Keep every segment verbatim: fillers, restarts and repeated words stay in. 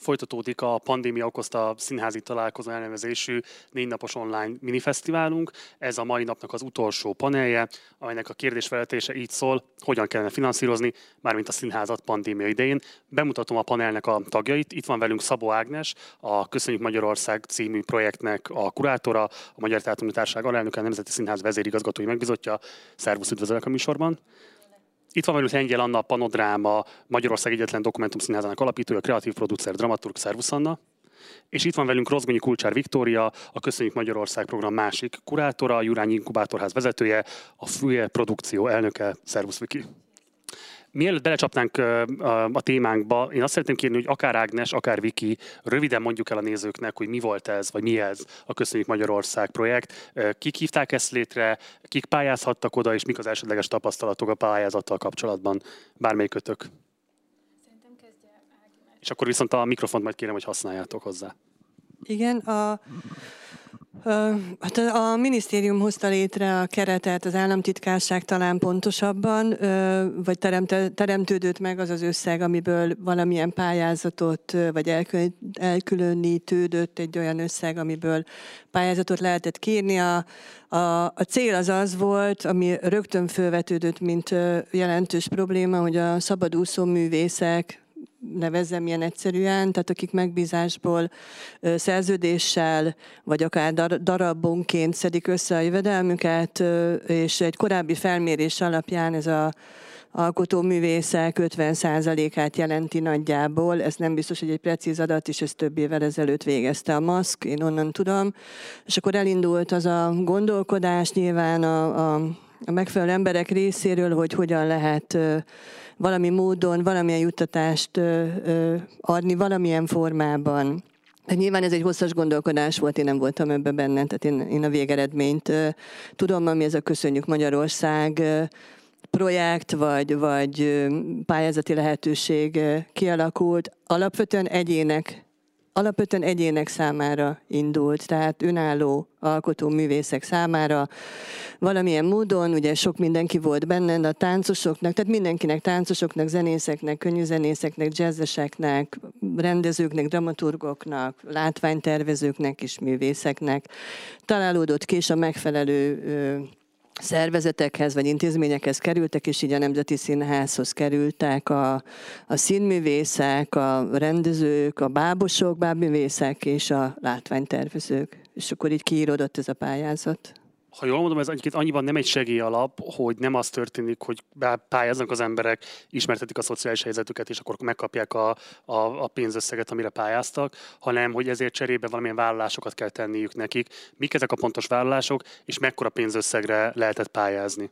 folytatódik a pandémia okozta színházi találkozó elnevezésű négy napos online minifesztiválunk. Ez a mai napnak az utolsó panelje, amelynek a kérdésfelvetése így szól, hogyan kellene finanszírozni, mármint a színházat pandémia idején. Bemutatom a panelnek a tagjait. Itt van velünk Szabó Ágnes, a Köszönjük Magyarország című projektnek a kurátora, a Magyar Teátrumi Társaság alelnöke, a Nemzeti Színház vezérigazgatói megbízottja. Szervusz, üdvözöllek a műsorban! Itt van velünk Lengyel Anna, a Panodráma, Magyarország egyetlen dokumentumszínházának alapítója, kreatív producer, dramaturg. Szervusz, Anna! És itt van velünk Rozgonyi Kulcsár Viktória, a Köszönjük Magyarország program másik kurátora, a Jurányi Inkubátorház vezetője, a Füje produkció elnöke. Szervusz, Viki! Mielőtt belecsapnánk a témánkba, én azt szeretném kérni, hogy akár Ágnes, akár Viki, röviden mondjuk el a nézőknek, hogy mi volt ez, vagy mi ez a Köszönjük Magyarország projekt. Kik hívták ezt létre, kik pályázhattak oda, és mik az elsődleges tapasztalatok a pályázattal kapcsolatban, bármelyikötök. Szerintem kezdje Ágnes. És akkor viszont a mikrofont majd kérem, hogy használjátok hozzá. Igen, a... Hát a minisztérium hozta létre a keretet, az államtitkárság talán pontosabban, vagy teremtődött meg az az összeg, amiből valamilyen pályázatot, vagy elkülönítődött egy olyan összeg, amiből pályázatot lehetett kérni. A, a, a cél az az volt, ami rögtön felvetődött, mint jelentős probléma, hogy a szabadúszó művészek, nevezzem ilyen egyszerűen, tehát akik megbízásból, szerződéssel, vagy akár darabonként szedik össze a jövedelmüket, és egy korábbi felmérés alapján ez a alkotóművészek ötven százalékát jelenti nagyjából. Ez nem biztos, hogy egy precíz adat, és ezt több évvel ezelőtt végezte a maszk, én onnan tudom. És akkor elindult az a gondolkodás nyilván a, a, a megfelelő emberek részéről, hogy hogyan lehet valami módon, valamilyen juttatást ö, ö, adni, valamilyen formában. De nyilván ez egy hosszas gondolkodás volt, én nem voltam ebben benne, tehát én, én a végeredményt ö, tudom, ami ez a Köszönjük Magyarország ö, projekt, vagy, vagy ö, pályázati lehetőség ö, kialakult. Alapvetően egyének, alapvetően egyének számára indult, tehát önálló alkotó művészek számára. Valamilyen módon, ugye sok mindenki volt benne, de a táncosoknak, tehát mindenkinek, táncosoknak, zenészeknek, könnyűzenészeknek, jazzeseknek, rendezőknek, dramaturgoknak, látványtervezőknek és művészeknek találódott ki, és a megfelelő ö, szervezetekhez vagy intézményekhez kerültek, és így a Nemzeti Színházhoz kerültek a, a színművészek, a rendezők, a bábosok, bábművészek és a látványtervezők. És akkor így kiíródott ez a pályázat. Ha jól mondom, ez egyébként annyiban nem egy segélyalap, hogy nem az történik, hogy pályáznak az emberek, ismertetik a szociális helyzetüket, és akkor megkapják a, a, a pénzösszeget, amire pályáztak, hanem hogy ezért cserébe valamilyen vállalásokat kell tenniük nekik. Mik ezek a pontos vállalások, és mekkora pénzösszegre lehetett pályázni?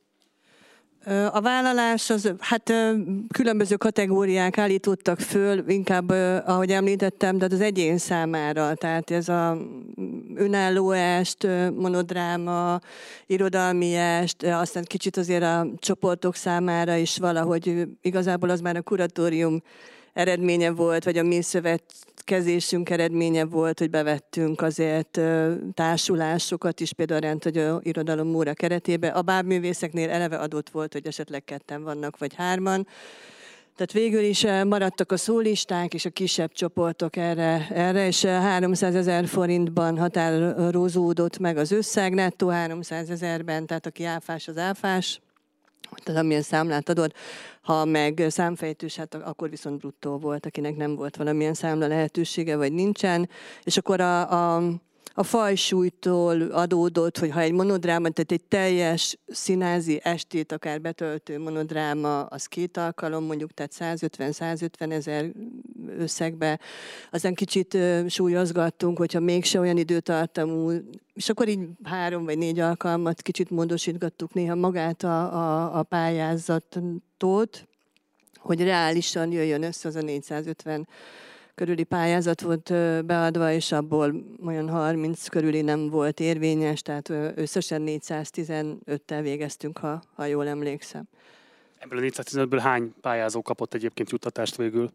A vállalás, az, hát különböző kategóriák állítottak föl, inkább, ahogy említettem, de az egyén számára, tehát ez a önálló est, monodráma, irodalmi est, aztán kicsit azért a csoportok számára is valahogy igazából az már a kuratórium eredménye volt, vagy a mi szövetkezésünk eredménye volt, hogy bevettünk azért társulásokat is, például a rendhagyó irodalom óra keretében. A bábművészeknél eleve adott volt, hogy esetleg ketten vannak, vagy hárman. Tehát végül is maradtak a szólisták és a kisebb csoportok erre, erre és háromszázezer forintban határozódott meg az összeg, nettó háromszázezerben, tehát aki áfás, az áfás. Tehát amilyen számlát adott, ha meg számfejtős, hát akkor viszont bruttó volt, akinek nem volt valamilyen számla lehetősége, vagy nincsen. És akkor a, a, a fajsúlytól adódott, hogy ha egy monodráma, tehát egy teljes színházi estét akár betöltő monodráma, az két alkalom, mondjuk, tehát százötven-százötven ezer összegbe, aztán kicsit súlyozgattunk, hogyha mégse olyan időtartamú, és akkor így három vagy négy alkalmat kicsit módosítgattuk néha magát a, a, a pályázatot, hogy reálisan jöjjön össze az a négyszázötven körüli pályázat volt beadva, és abból olyan harminc körüli nem volt érvényes, tehát összesen négyszáztizenöttel végeztünk, ha, ha jól emlékszem. Ebből a négyszáztizenötből hány pályázó kapott egyébként juttatást végül?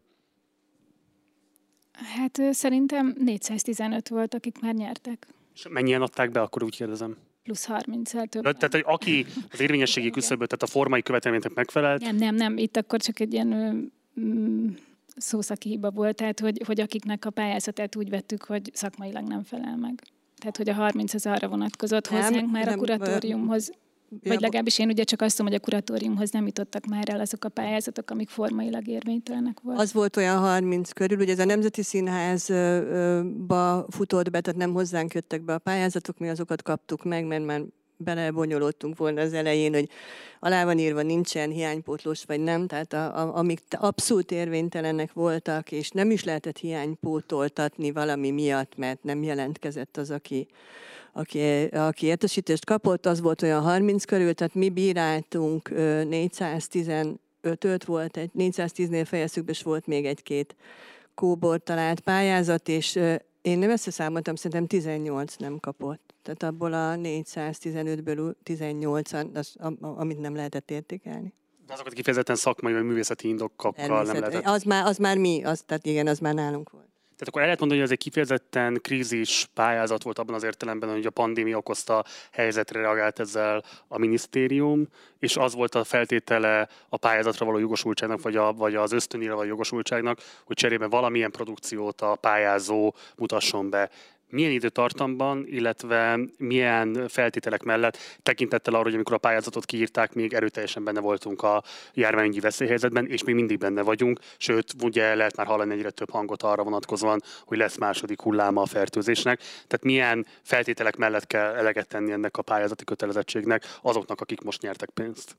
Hát szerintem négyszáztizenöt volt, akik már nyertek. És mennyien adták be, akkor úgy kérdezem? Plusz harminccel több. Tehát, hogy aki az érvényességi küszöböt, tehát a formai követelményeknek megfelelt? Nem, nem, nem. Itt akkor csak egy ilyen szószaki hiba volt, tehát hogy, hogy akiknek a pályázatát úgy vettük, hogy szakmailag nem felel meg. Tehát, hogy a harminc az arra vonatkozott nem, hozzánk már nem, a kuratóriumhoz, vagy legalábbis én ugye csak azt mondom, hogy a kuratóriumhoz nem jutottak már el azok a pályázatok, amik formailag érvénytelenek voltak. Az volt olyan harminc körül, ugye ez a Nemzeti Színházba futott be, tehát nem hozzánk jöttek be a pályázatok, mi azokat kaptuk meg, mert már belebonyolódtunk volna az elején, hogy alá van írva, nincsen hiánypótlós, vagy nem, tehát a, a, amik abszolút érvénytelenek voltak, és nem is lehetett hiánypótoltatni valami miatt, mert nem jelentkezett az, aki, aki, aki értesítést kapott, az volt olyan harminc körül, tehát mi bíráltunk négyszáztizenötöt volt, egy négyszáztíznél fejeztük be, és volt még egy-két kóbor talált pályázat, és én nem összeszámoltam, szerintem tizennyolc nem kapott. Tehát abból a négyszáztizenötből tizennyolcan, az, amit nem lehetett értékelni. De azokat kifejezetten szakmai vagy művészeti indokokkal nem lehetett. Az már, az már mi, az, tehát igen, az már nálunk volt. Tehát akkor el lehet mondani, hogy ez egy kifejezetten krízis pályázat volt abban az értelemben, hogy a pandémia okozta helyzetre reagált ezzel a minisztérium, és az volt a feltétele a pályázatra való jogosultságnak, vagy, a, vagy az ösztönére való jogosultságnak, hogy cserében valamilyen produkciót a pályázó mutasson be. Milyen időtartamban, illetve milyen feltételek mellett tekintettel arra, hogy amikor a pályázatot kiírták, még erőteljesen benne voltunk a járványügyi veszélyhelyzetben, és még mindig benne vagyunk, sőt, ugye lehet már hallani egyre több hangot arra vonatkozóan, hogy lesz második hulláma a fertőzésnek. Tehát milyen feltételek mellett kell eleget tenni ennek a pályázati kötelezettségnek azoknak, akik most nyertek pénzt?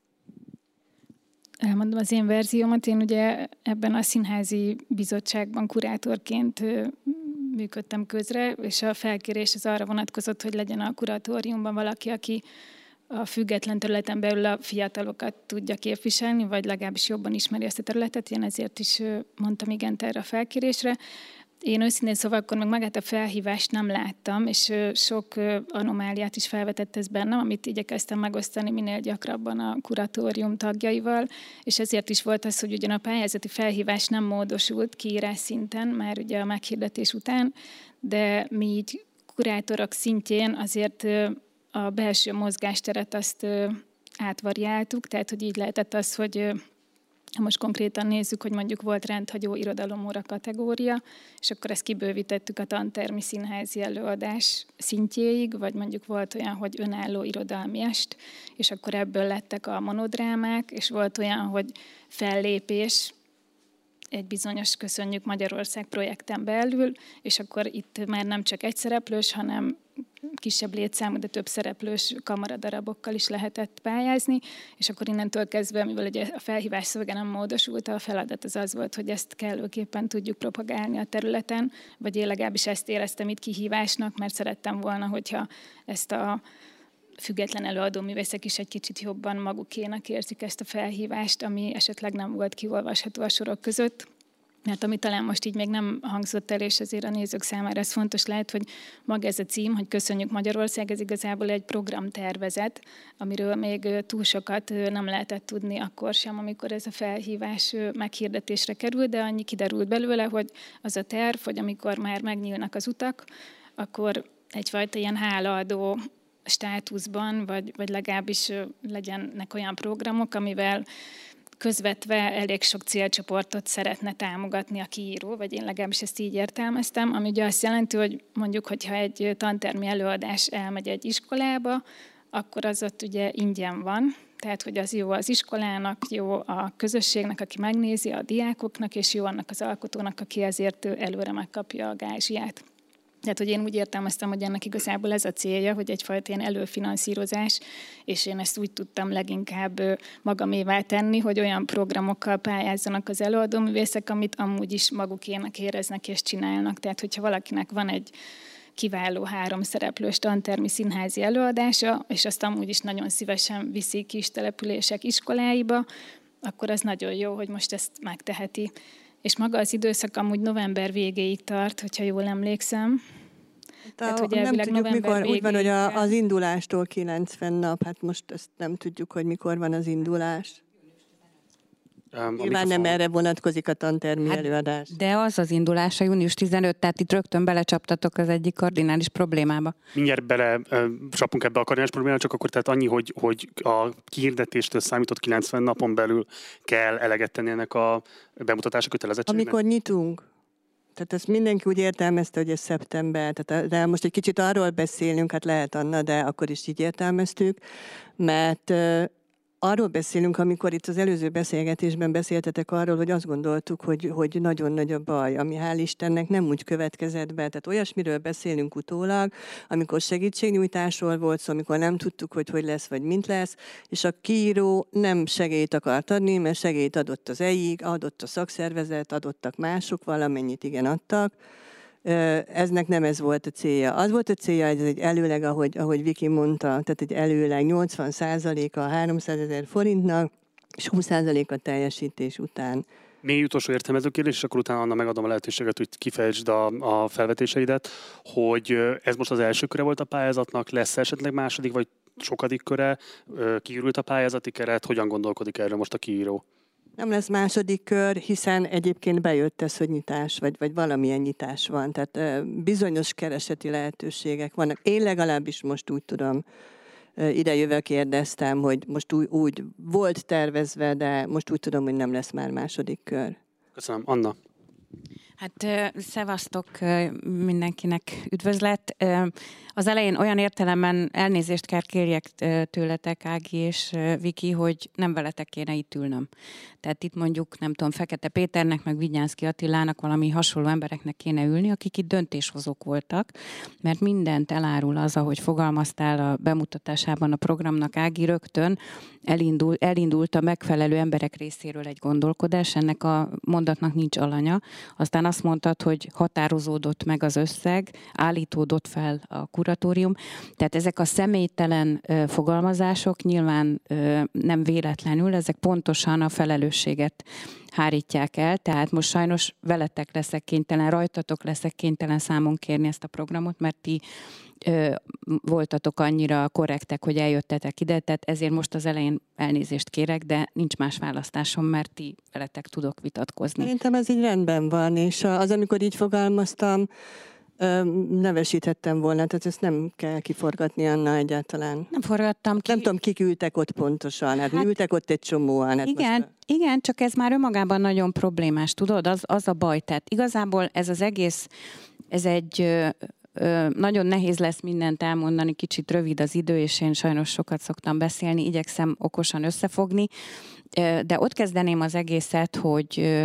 Elmondom az én verziómat. Én ugye ebben a színházi bizottságban kurátorként működtem közre, és a felkérés az arra vonatkozott, hogy legyen a kuratóriumban valaki, aki a független területen belül a fiatalokat tudja képviselni, vagy legalábbis jobban ismeri ezt a területet. Én ezért is mondtam igent erre a felkérésre. Én őszintén szóval akkor meg magát a felhívást nem láttam, és sok anomáliát is felvetett ez bennem, amit igyekeztem megosztani minél gyakrabban a kuratórium tagjaival, és ezért is volt az, hogy ugyan a pályázati felhívás nem módosult kiírás szinten, már ugye a meghirdetés után, de mi így kurátorok szintjén azért a belső mozgásteret azt átvariáltuk, tehát hogy így lehetett az, hogy ha most konkrétan nézzük, hogy mondjuk volt rendhagyó irodalomóra kategória, és akkor ezt kibővítettük a tantermi színházi előadás szintjéig, vagy mondjuk volt olyan, hogy önálló irodalmi est, és akkor ebből lettek a monodrámák, és volt olyan, hogy fellépés egy bizonyos Köszönjük Magyarország projekten belül, és akkor itt már nem csak egy szereplős, hanem kisebb létszámú, de több szereplős kamaradarabokkal is lehetett pályázni, és akkor innentől kezdve, mivel ugye a felhívás szövege nem módosult, a feladat az az volt, hogy ezt kellőképpen tudjuk propagálni a területen, vagy én legalábbis ezt éreztem itt kihívásnak, mert szerettem volna, hogyha ezt a független előadó művészek is egy kicsit jobban magukénak érzik ezt a felhívást, ami esetleg nem volt kiolvasható a sorok között. Mert ami talán most így még nem hangzott el, és azért a nézők számára ez fontos lehet, hogy maga ez a cím, hogy Köszönjük Magyarország, ez igazából egy programtervezet, amiről még túl sokat nem lehetett tudni akkor sem, amikor ez a felhívás meghirdetésre került, de annyi kiderült belőle, hogy az a terv, hogy amikor már megnyílnak az utak, akkor egyfajta ilyen hálaadó státuszban, vagy, vagy legalábbis legyenek olyan programok, amivel közvetve elég sok célcsoportot szeretne támogatni a kiíró, vagy én legalábbis ezt így értelmeztem, ami ugye azt jelenti, hogy mondjuk, hogyha egy tantermi előadás elmegy egy iskolába, akkor az ott ugye ingyen van, tehát hogy az jó az iskolának, jó a közösségnek, aki megnézi, a diákoknak, és jó annak az alkotónak, aki ezért előre megkapja a gázsiát. Tehát, hogy én úgy értelmeztem, hogy ennek igazából ez a célja, hogy egyfajta ilyen előfinanszírozás, és én ezt úgy tudtam leginkább magamévá tenni, hogy olyan programokkal pályázzanak az előadóművészek, amit amúgy is magukénak éreznek és csinálnak. Tehát, hogyha valakinek van egy kiváló három szereplős tantermi színházi előadása, és azt amúgy is nagyon szívesen viszik kis települések iskoláiba, akkor az nagyon jó, hogy most ezt megteheti. És maga az időszak amúgy november végéig tart, hogyha jól emlékszem. Tehát, hogy nem tudjuk, mikor, úgy van, hogy a, az indulástól kilencven nap, hát most ezt nem tudjuk, hogy mikor van az indulás. Um, Nyilván nem erre vonatkozik a tantermi hát, előadás. De az az indulása június tizenötödike, tehát itt rögtön belecsaptatok az egyik kardinális problémába. Mindjárt bele uh, csapunk ebbe a kardinális problémába, csak akkor tehát annyi, hogy, hogy a kihirdetéstől számított kilencven napon belül kell eleget tenni ennek a bemutatási kötelezettségnek. Amikor nyitunk. Tehát ezt mindenki úgy értelmezte, hogy ez szeptember, tehát, de most egy kicsit arról beszélünk, hát lehet Anna, de akkor is így értelmeztük, mert uh, arról beszélünk, amikor itt az előző beszélgetésben beszéltetek arról, hogy azt gondoltuk, hogy, hogy nagyon nagy a baj, ami hál' Istennek nem úgy következett be. Tehát olyasmiről beszélünk utólag, amikor segítségnyújtásról volt szó, amikor nem tudtuk, hogy hogy lesz, vagy mint lesz, és a kiíró nem segélyt akart adni, mert segélyt adott az e i gé, adott a szakszervezet, adottak mások, valamennyit igen adtak. Eznek nem ez volt a célja. Az volt a célja, hogy ez egy előleg, ahogy, ahogy Viki mondta, tehát egy előleg nyolcvan százaléka a háromszázezer forintnak, és húsz százalék a teljesítés után. Még utolsó értelmező kérdés, és akkor utána Anna megadom a lehetőséget, hogy kifejtsd a, a felvetéseidet, hogy ez most az első köre volt a pályázatnak, lesz esetleg második, vagy sokadik köre, kiürült a pályázati keret, hogyan gondolkodik erről most a kiíró? Nem lesz második kör, hiszen egyébként bejött ez, hogy nyitás, vagy, vagy valamilyen nyitás van. Tehát bizonyos kereseti lehetőségek vannak. Én legalábbis most úgy tudom, idejövő kérdeztem, hogy most úgy, úgy volt tervezve, de most úgy tudom, hogy nem lesz már második kör. Köszönöm. Anna? Hát szevasztok mindenkinek, üdvözlet. Az elején olyan értelemben elnézést kell kérjek tőletek, Ági és Viki, hogy nem veletek kéne itt ülnöm. Tehát itt mondjuk, nem tudom, Fekete Péternek, meg Vigyánszky Attilának, valami hasonló embereknek kéne ülni, akik itt döntéshozók voltak, mert mindent elárul az, ahogy fogalmaztál a bemutatásában a programnak, Ági, rögtön elindul, elindult a megfelelő emberek részéről egy gondolkodás, ennek a mondatnak nincs alanya. Aztán azt mondtad, hogy határozódott meg az összeg, állítódott fel a kuratórium. Tehát ezek a személytelen ö, fogalmazások nyilván ö, nem véletlenül, ezek pontosan a felelősséget hárítják el, tehát most sajnos veletek leszek kénytelen, rajtatok leszek kénytelen számon kérni ezt a programot, mert ti ö, voltatok annyira korrektek, hogy eljöttetek ide, tehát ezért most az elején elnézést kérek, de nincs más választásom, mert ti veletek tudok vitatkozni. Szerintem ez így rendben van, és az, amikor így fogalmaztam, nevesíthettem volna, tehát ezt nem kell kiforgatni, Anna, egyáltalán. Nem forgattam ki. Nem tudom, kik ültek ott pontosan, hát, hát ültek ott egy csomóan. Hát igen, most... igen, csak ez már önmagában nagyon problémás, tudod, az, az a baj. Tehát igazából ez az egész, ez egy... Ö, ö, nagyon nehéz lesz mindent elmondani, kicsit rövid az idő, és én sajnos sokat szoktam beszélni, igyekszem okosan összefogni, de ott kezdeném az egészet, hogy,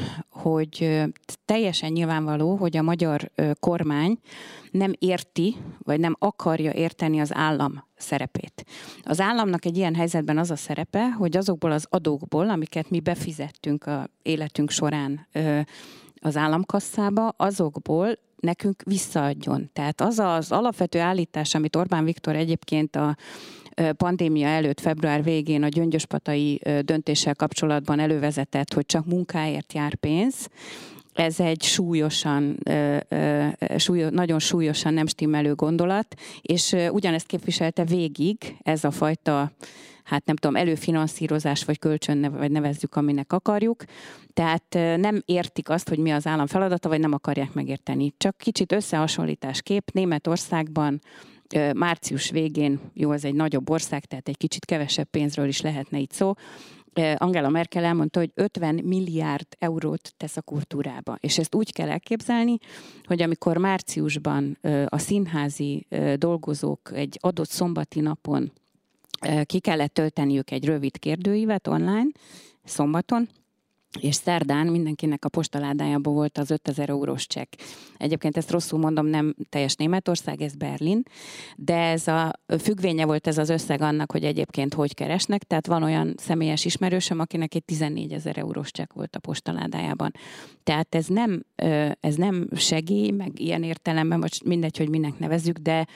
hogy teljesen nyilvánvaló, hogy a magyar kormány nem érti, vagy nem akarja érteni az állam szerepét. Az államnak egy ilyen helyzetben az a szerepe, hogy azokból az adókból, amiket mi befizettünk a életünk során az államkasszába, azokból nekünk visszaadjon. Tehát az az alapvető állítás, amit Orbán Viktor egyébként a pandémia előtt, február végén a gyöngyöspatai döntéssel kapcsolatban elővezetett, hogy csak munkáért jár pénz, ez egy súlyosan, súlyos, nagyon súlyosan nem stimmelő gondolat, és ugyanezt képviselte végig ez a fajta, hát nem tudom, előfinanszírozás, vagy kölcsön, vagy nevezzük, aminek akarjuk. Tehát nem értik azt, hogy mi az állam feladata, vagy nem akarják megérteni. Csak kicsit összehasonlításképp Németországban március végén, jó, ez egy nagyobb ország, tehát egy kicsit kevesebb pénzről is lehetne itt szó, Angela Merkel elmondta, hogy ötven milliárd eurót tesz a kultúrába. És ezt úgy kell elképzelni, hogy amikor márciusban a színházi dolgozók egy adott szombati napon ki kellett tölteniük egy rövid kérdőívet online, szombaton, és szerdán mindenkinek a postaládájában volt az ötezer eurós csekk. Egyébként ezt rosszul mondom, nem teljes Németország, ez Berlin, de ez a függvénye volt ez az összeg annak, hogy egyébként hogy keresnek, tehát van olyan személyes ismerősöm, akinek egy tizennégyezer eurós csekk volt a postaládájában. Tehát ez nem, ez nem segély, meg ilyen értelemben, vagy mindegy, hogy minek nevezzük, de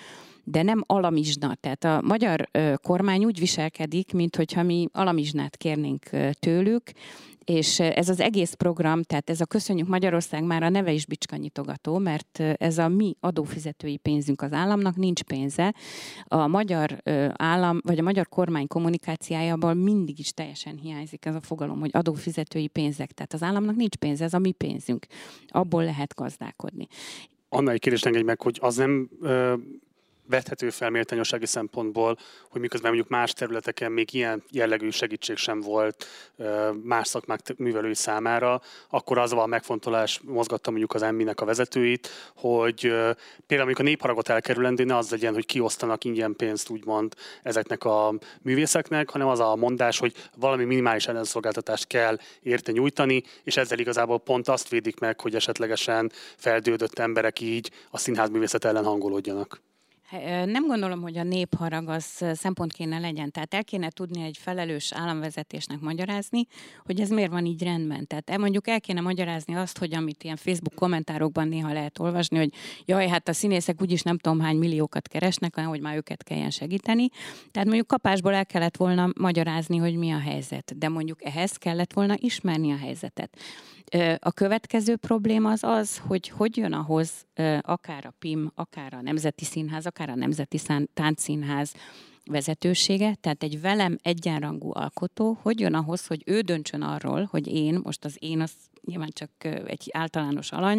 de nem alamizsna. Tehát a magyar kormány úgy viselkedik, minthogyha mi alamizsnát kérnénk tőlük, és ez az egész program, tehát ez a Köszönjük Magyarország már a neve is bicskanyitogató, mert ez a mi adófizetői pénzünk, az államnak nincs pénze. A magyar állam, vagy a magyar kormány kommunikációjában mindig is teljesen hiányzik ez a fogalom, hogy adófizetői pénzek. Tehát az államnak nincs pénze, ez a mi pénzünk. Abból lehet gazdálkodni. Anna, egy kérdést engedj meg, hogy az nem ö, vethető fel méltányossági szempontból, hogy miközben mondjuk más területeken még ilyen jellegű segítség sem volt ö, más szakmák művelői számára, akkor az a megfontolás mozgatta mondjuk az em i-nek a vezetőit, hogy ö, például mondjuk a népharagot elkerülendő ne az legyen, hogy kiosztanak ingyen pénzt úgymond ezeknek a művészeknek, hanem az a mondás, hogy valami minimális ellenszolgáltatást kell érte nyújtani, és ezzel igazából pont azt védik meg, hogy esetlegesen feldődött emberek így a színházművészet ellen hangolódjanak. Nem gondolom, hogy a népharag az szempont kéne legyen. Tehát el kéne tudni egy felelős államvezetésnek magyarázni, hogy ez miért van így rendben. Tehát mondjuk el kéne magyarázni azt, hogy amit ilyen Facebook kommentárokban néha lehet olvasni, hogy jaj, hát a színészek úgyis nem tudom hány milliókat keresnek, hogy már őket kelljen segíteni. Tehát mondjuk kapásból el kellett volna magyarázni, hogy mi a helyzet. De mondjuk ehhez kellett volna ismerni a helyzetet. A következő probléma az az, hogy hogy jön ahhoz akár a pim, akár a Nemzeti Színház, akár a Nemzeti Táncszínház vezetősége, tehát egy velem egyenrangú alkotó, hogy jön ahhoz, hogy ő döntsön arról, hogy én, most az én az nyilván csak egy általános alany,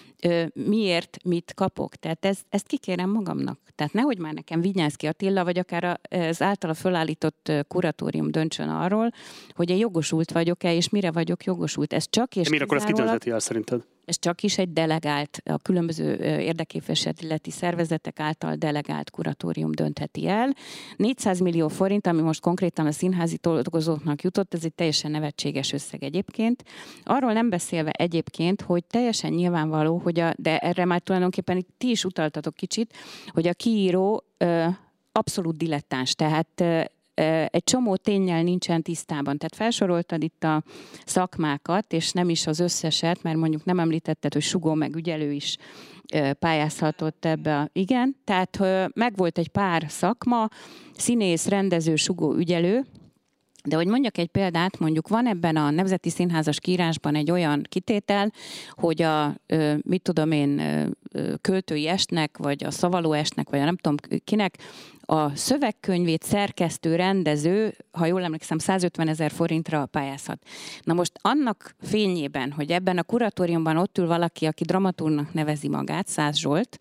miért, mit kapok. Tehát ez, ezt kikérem magamnak. Tehát nehogy már nekem Vinyánszky Attila, vagy akár az általa fölállított kuratórium döntsön arról, hogy én jogosult vagyok-e, és mire vagyok jogosult. Ez csak és miért akkor ezt kitönzeti el szerinted? Ez csak is egy delegált, a különböző érdekképviseleti szervezetek által delegált kuratórium döntheti el. négyszáz millió forint, ami most konkrétan a színházi dolgozóknak jutott, ez egy teljesen nevetséges összeg egyébként. Arról nem beszélve egyébként, hogy teljesen nyilvánvaló, hogy a, de erre már tulajdonképpen itt ti is utaltatok kicsit, hogy a kiíró ö, abszolút dilettáns, tehát ö, egy csomó ténnyel nincsen tisztában. Tehát felsoroltad itt a szakmákat, és nem is az összeset, mert mondjuk nem említetted, hogy sugó meg ügyelő is pályázhatott ebbe. A... Igen, tehát megvolt egy pár szakma, színész, rendező, sugó, ügyelő, de hogy mondjak egy példát, mondjuk van ebben a Nemzeti Színházas kiírásban egy olyan kitétel, hogy a, mit tudom én, költői estnek, vagy a szavaló estnek, vagy a nem tudom kinek, a szövegkönyvét szerkesztő, rendező, ha jól emlékszem, százötven ezer forintra pályázhat. Na most annak fényében, hogy ebben a kuratóriumban ott ül valaki, aki dramaturgnak nevezi magát, Szász Zsolt,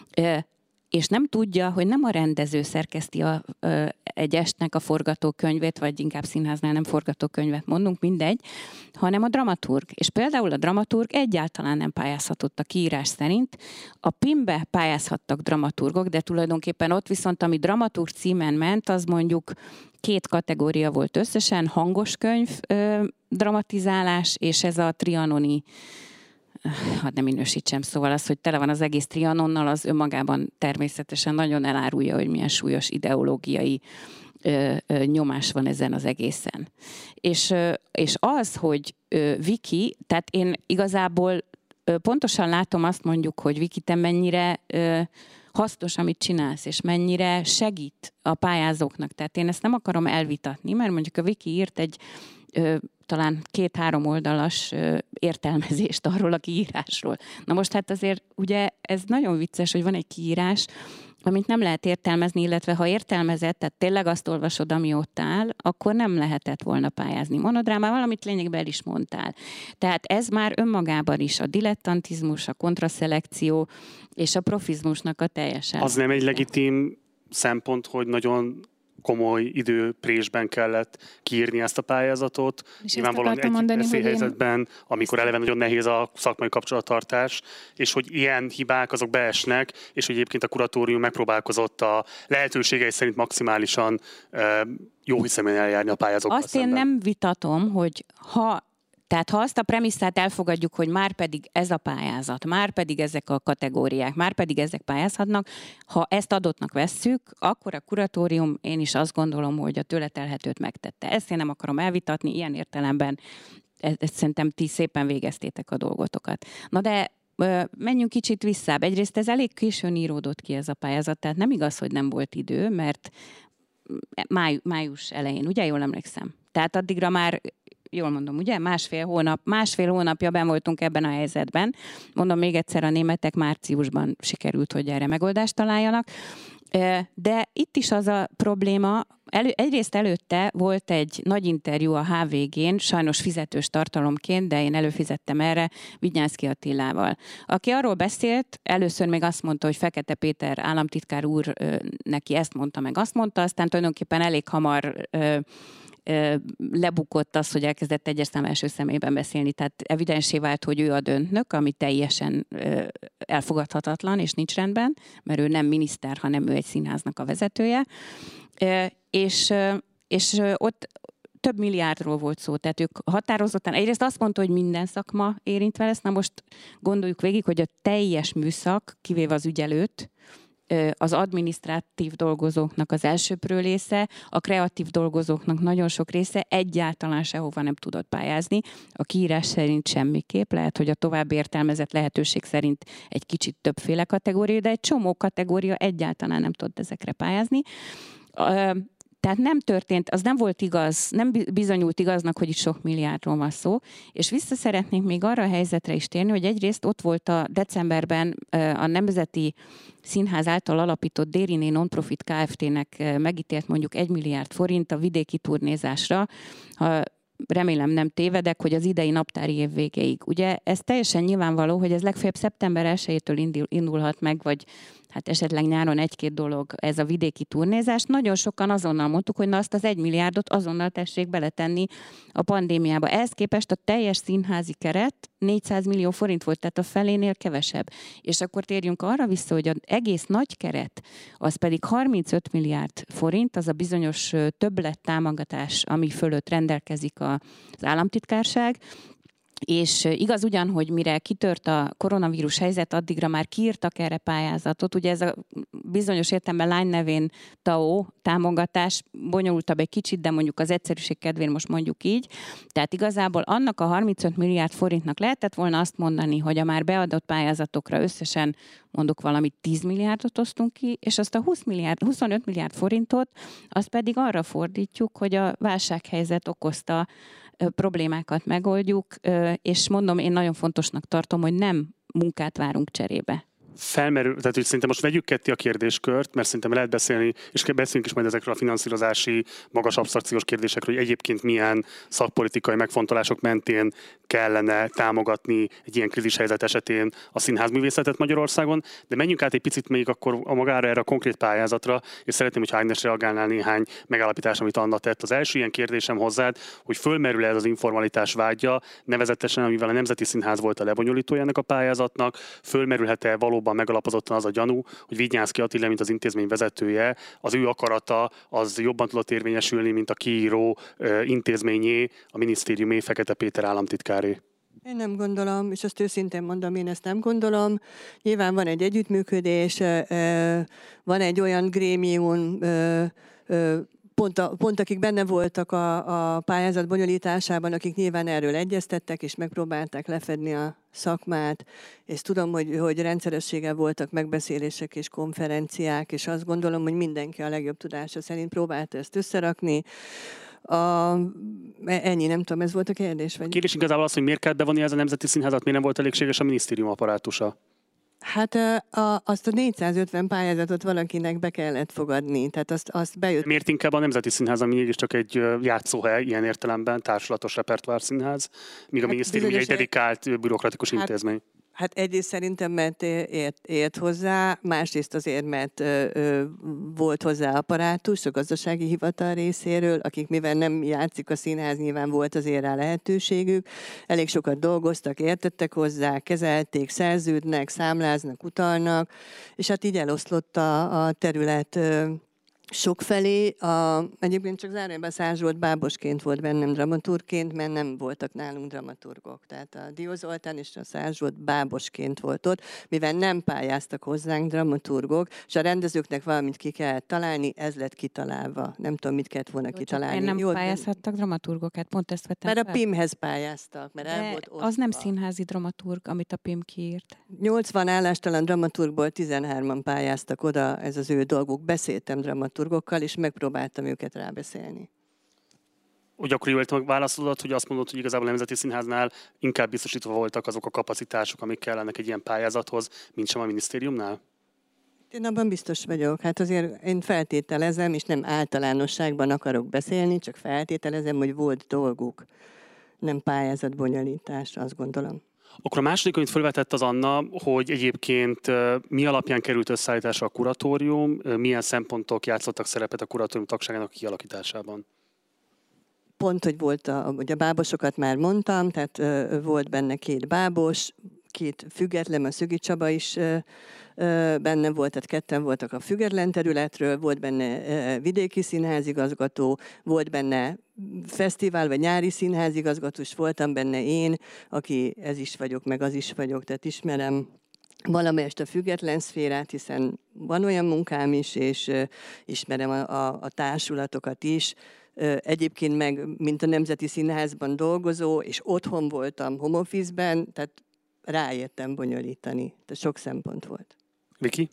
és nem tudja, hogy nem a rendező szerkeszti a, ö, egy estnek a forgatókönyvét, vagy inkább színháznál nem forgatókönyvet mondunk, mindegy, hanem a dramaturg. És például a dramaturg egyáltalán nem pályázhatott a kiírás szerint. A pimbe pályázhattak dramaturgok, de tulajdonképpen ott viszont, ami dramaturg címen ment, az mondjuk két kategória volt összesen, hangos könyv, ö, dramatizálás, és ez a trianoni, hát nem minősítsem, szóval az, hogy tele van az egész Trianonnal, az önmagában természetesen nagyon elárulja, hogy milyen súlyos ideológiai ö, ö, nyomás van ezen az egészen. És, ö, és az, hogy ö, Viki, tehát én igazából ö, pontosan látom azt mondjuk, hogy Viki, te mennyire ö, hasznos, amit csinálsz, és mennyire segít a pályázóknak. Tehát én ezt nem akarom elvitatni, mert mondjuk a Viki írt egy ö, talán két-három oldalas ö, értelmezést arról a kiírásról. Na most hát azért ugye ez nagyon vicces, hogy van egy kiírás, amit nem lehet értelmezni, illetve ha értelmezett, tehát tényleg azt olvasod, ami ott áll, akkor nem lehetett volna pályázni monodrámával, amit lényegben el is mondtál. Tehát ez már önmagában is a dilettantizmus, a kontraszelekció és a profizmusnak a teljesen. Az nem egy legitim szempont, hogy nagyon komoly időprésben kellett kiírni ezt a pályázatot. És nyilvánvalóan egy mondani, veszélyhelyzetben, én... amikor eleve nagyon nehéz a szakmai kapcsolattartás, és hogy ilyen hibák azok beesnek, és hogy egyébként a kuratórium megpróbálkozott a lehetőségei szerint maximálisan uh, jó hiszeműen eljárni a pályázókkal Azt szemben. én nem vitatom, hogy ha Tehát ha azt a premisszát elfogadjuk, hogy már pedig ez a pályázat, már pedig ezek a kategóriák, már pedig ezek pályázhatnak, ha ezt adottnak vesszük, akkor a kuratórium, én is azt gondolom, hogy a tőle telhetőt megtette. Ezt én nem akarom elvitatni, ilyen értelemben ezt szerintem ti szépen végeztétek a dolgotokat. Na de menjünk kicsit visszább. Egyrészt ez elég későn íródott ki ez a pályázat, tehát nem igaz, hogy nem volt idő, mert máj, május elején, ugye, jól emlékszem? Tehát addigra már, jól mondom, ugye, másfél hónap, másfél hónapja ben voltunk ebben a helyzetben. Mondom még egyszer, a németek márciusban sikerült, hogy erre megoldást találjanak. De itt is az a probléma, elő, egyrészt előtte volt egy nagy interjú a há vé gén, sajnos fizetős tartalomként, de én előfizettem erre, Vidnyánszky Attilával, aki arról beszélt, először még azt mondta, hogy Fekete Péter államtitkár úr neki ezt mondta, meg azt mondta, aztán tulajdonképpen elég hamar lebukott az, hogy elkezdett egyes szám első személyben beszélni, tehát evidensé vált, hogy ő a döntnök, ami teljesen elfogadhatatlan és nincs rendben, mert ő nem miniszter, hanem ő egy színháznak a vezetője, és, és ott több milliárdról volt szó, tehát ők határozottan, egyrészt azt mondta, hogy minden szakma érintve lesz, na most gondoljuk végig, hogy a teljes műszak, kivéve az ügyelőt, az adminisztratív dolgozóknak az elsőprő része, a kreatív dolgozóknak nagyon sok része egyáltalán sehova nem tudott pályázni. A kiírás szerint semmiképp, lehet, hogy a tovább értelmezett lehetőség szerint egy kicsit többféle kategória, de egy csomó kategória egyáltalán nem tudott ezekre pályázni. Tehát nem történt, az nem volt igaz, nem bizonyult igaznak, hogy itt sok milliárdról van szó, és vissza szeretnénk még arra a helyzetre is térni, hogy egyrészt ott volt a decemberben a Nemzeti Színház által alapított Dériné Nonprofit Kft-nek megítélt mondjuk egy milliárd forint a vidéki turnézásra, ha remélem nem tévedek, hogy az idei naptári év végéig. Ugye ez teljesen nyilvánvaló, hogy ez legfeljebb szeptember elsejétől indul, indulhat meg, vagy hát esetleg nyáron egy-két dolog, ez a vidéki turnézás. Nagyon sokan azonnal mondtuk, hogy na azt az egy milliárdot azonnal tessék beletenni a pandémiába. Ehhez képest a teljes színházi keret négyszáz millió forint volt, tehát a felénél kevesebb. És akkor térjünk arra vissza, hogy az egész nagy keret, az pedig harmincöt milliárd forint, az a bizonyos többlet támogatás, ami fölött rendelkezik az államtitkárság. És igaz ugyan, hogy mire kitört a koronavírus helyzet, addigra már kiírtak erre pályázatot. Ugye ez a bizonyos értelemben lány nevén té á o támogatás bonyolultabb egy kicsit, de mondjuk az egyszerűség kedvén most mondjuk így. Tehát igazából annak a harmincöt milliárd forintnak lehetett volna azt mondani, hogy a már beadott pályázatokra összesen mondjuk valamit tíz milliárdot osztunk ki, és azt a húsz milliárd, huszonöt milliárd forintot, azt pedig arra fordítjuk, hogy a válsághelyzet okozta problémákat megoldjuk, és mondom, én nagyon fontosnak tartom, hogy nem munkát várunk cserébe. Felmerül, tehát hogy szerintem most vegyük ketté a kérdéskört, mert szerintem lehet beszélni, és beszélünk is majd ezekről a finanszírozási, magas absztrakciós kérdésekről, hogy egyébként milyen szakpolitikai megfontolások mentén kellene támogatni egy ilyen krízishelyzet esetén a színházművészetet Magyarországon, de menjünk át egy picit még akkor a magára erre a konkrét pályázatra, és szeretném, hogy Ágnes reagálnál néhány megállapítás, amit Anna tett. Az első ilyen kérdésem hozzád, hogy fölmerül ez az informalitás vágya, nevezetesen, amivel a Nemzeti Színház volt a lebonyolítója ennek a pályázatnak, fölmerülhet-e valóban megalapozottan az a gyanú, hogy Vidnyánszky Attila, mint az intézmény vezetője, az ő akarata az jobban tudott érvényesülni, mint a kiíró intézményé, a minisztériumé, Fekete Péter államtitkáré? Én nem gondolom, és azt őszintén mondom, én ezt nem gondolom. Nyilván van egy együttműködés, van egy olyan grémium, Pont, a, pont akik benne voltak a, a pályázat bonyolításában, akik nyilván erről egyeztettek, és megpróbálták lefedni a szakmát, és tudom, hogy, hogy rendszerességgel voltak megbeszélések és konferenciák, és azt gondolom, hogy mindenki a legjobb tudása szerint próbálta ezt összerakni. A, ennyi, nem tudom, ez volt a kérdés? Vagy? A kérdés igazából az, hogy miért kell bevonni ez a Nemzeti Színházat, miért nem volt elégséges a minisztérium apparátusa? Hát a, azt a négyszázötven pályázatot valakinek be kellett fogadni, tehát azt, azt bejött. Miért inkább a Nemzeti Színház, ami mégiscsak egy játszóhely ilyen értelemben, társulatos repertoárszínház, míg a hát minisztérium egy dedikált bürokratikus hát, intézmény? Hát egyrészt szerintem, mert ért, ért hozzá, másrészt azért, mert ö, ö, volt hozzá apparátus a gazdasági hivatal részéről, akik mivel nem játszik a színház, nyilván volt azért rá lehetőségük. Elég sokat dolgoztak, értettek hozzá, kezelték, szerződnek, számláznak, utalnak, és hát így eloszlott a, a terület ö, sokfelé. A, egyébként csak zárójelben Százs Zsolt bábosként volt bennem dramaturgként, mert nem voltak nálunk dramaturgok. Tehát a Dió Zoltán és a Százs Zsolt bábosként volt ott, mivel nem pályáztak hozzánk dramaturgok, és a rendezőknek valamit ki kellett találni, ez lett kitalálva. Nem tudom, mit kellett volna Jó, kitalálni. nem Jó, pályázhattak dramaturgok, hát pont ezt vettem mert a fel. pimhez pályáztak, mert el volt osztva. Az nem színházi dramaturg, amit a pim kiírt. nyolcvan állástalan dramaturgból tizenhárman pályáztak oda, ez az ő dolguk. Beszéltem dramaturgokkal, és megpróbáltam őket rábeszélni. Úgy akkor jól értem a válaszodat, hogy azt mondod, hogy igazából a Nemzeti Színháznál inkább biztosítva voltak azok a kapacitások, amik kellenek egy ilyen pályázathoz, mint sem a minisztériumnál? Én abban biztos vagyok. Hát azért én feltételezem, és nem általánosságban akarok beszélni, csak feltételezem, hogy volt dolguk. Nem pályázatbonyolítás, azt gondolom. Akkor a második, amit felvetett az Anna, hogy egyébként mi alapján került összeállításra a kuratórium, milyen szempontok játszottak szerepet a kuratórium tagságának kialakításában? Pont, hogy volt a, ugye a bábosokat már mondtam, tehát ö, volt benne két bábos, két független, a Szögi Csaba is ö, ö, benne volt, tehát ketten voltak a független területről, volt benne ö, vidéki színházigazgató, volt benne fesztivál vagy nyári színházigazgató, és voltam benne én, aki ez is vagyok, meg az is vagyok, tehát ismerem valamelyest a független szférát, hiszen van olyan munkám is, és ö, ismerem a, a, a társulatokat is. Egyébként meg, mint a Nemzeti Színházban dolgozó, és otthon voltam home office-ben, tehát ráértem bonyolítani. Tehát sok szempont volt. Viki?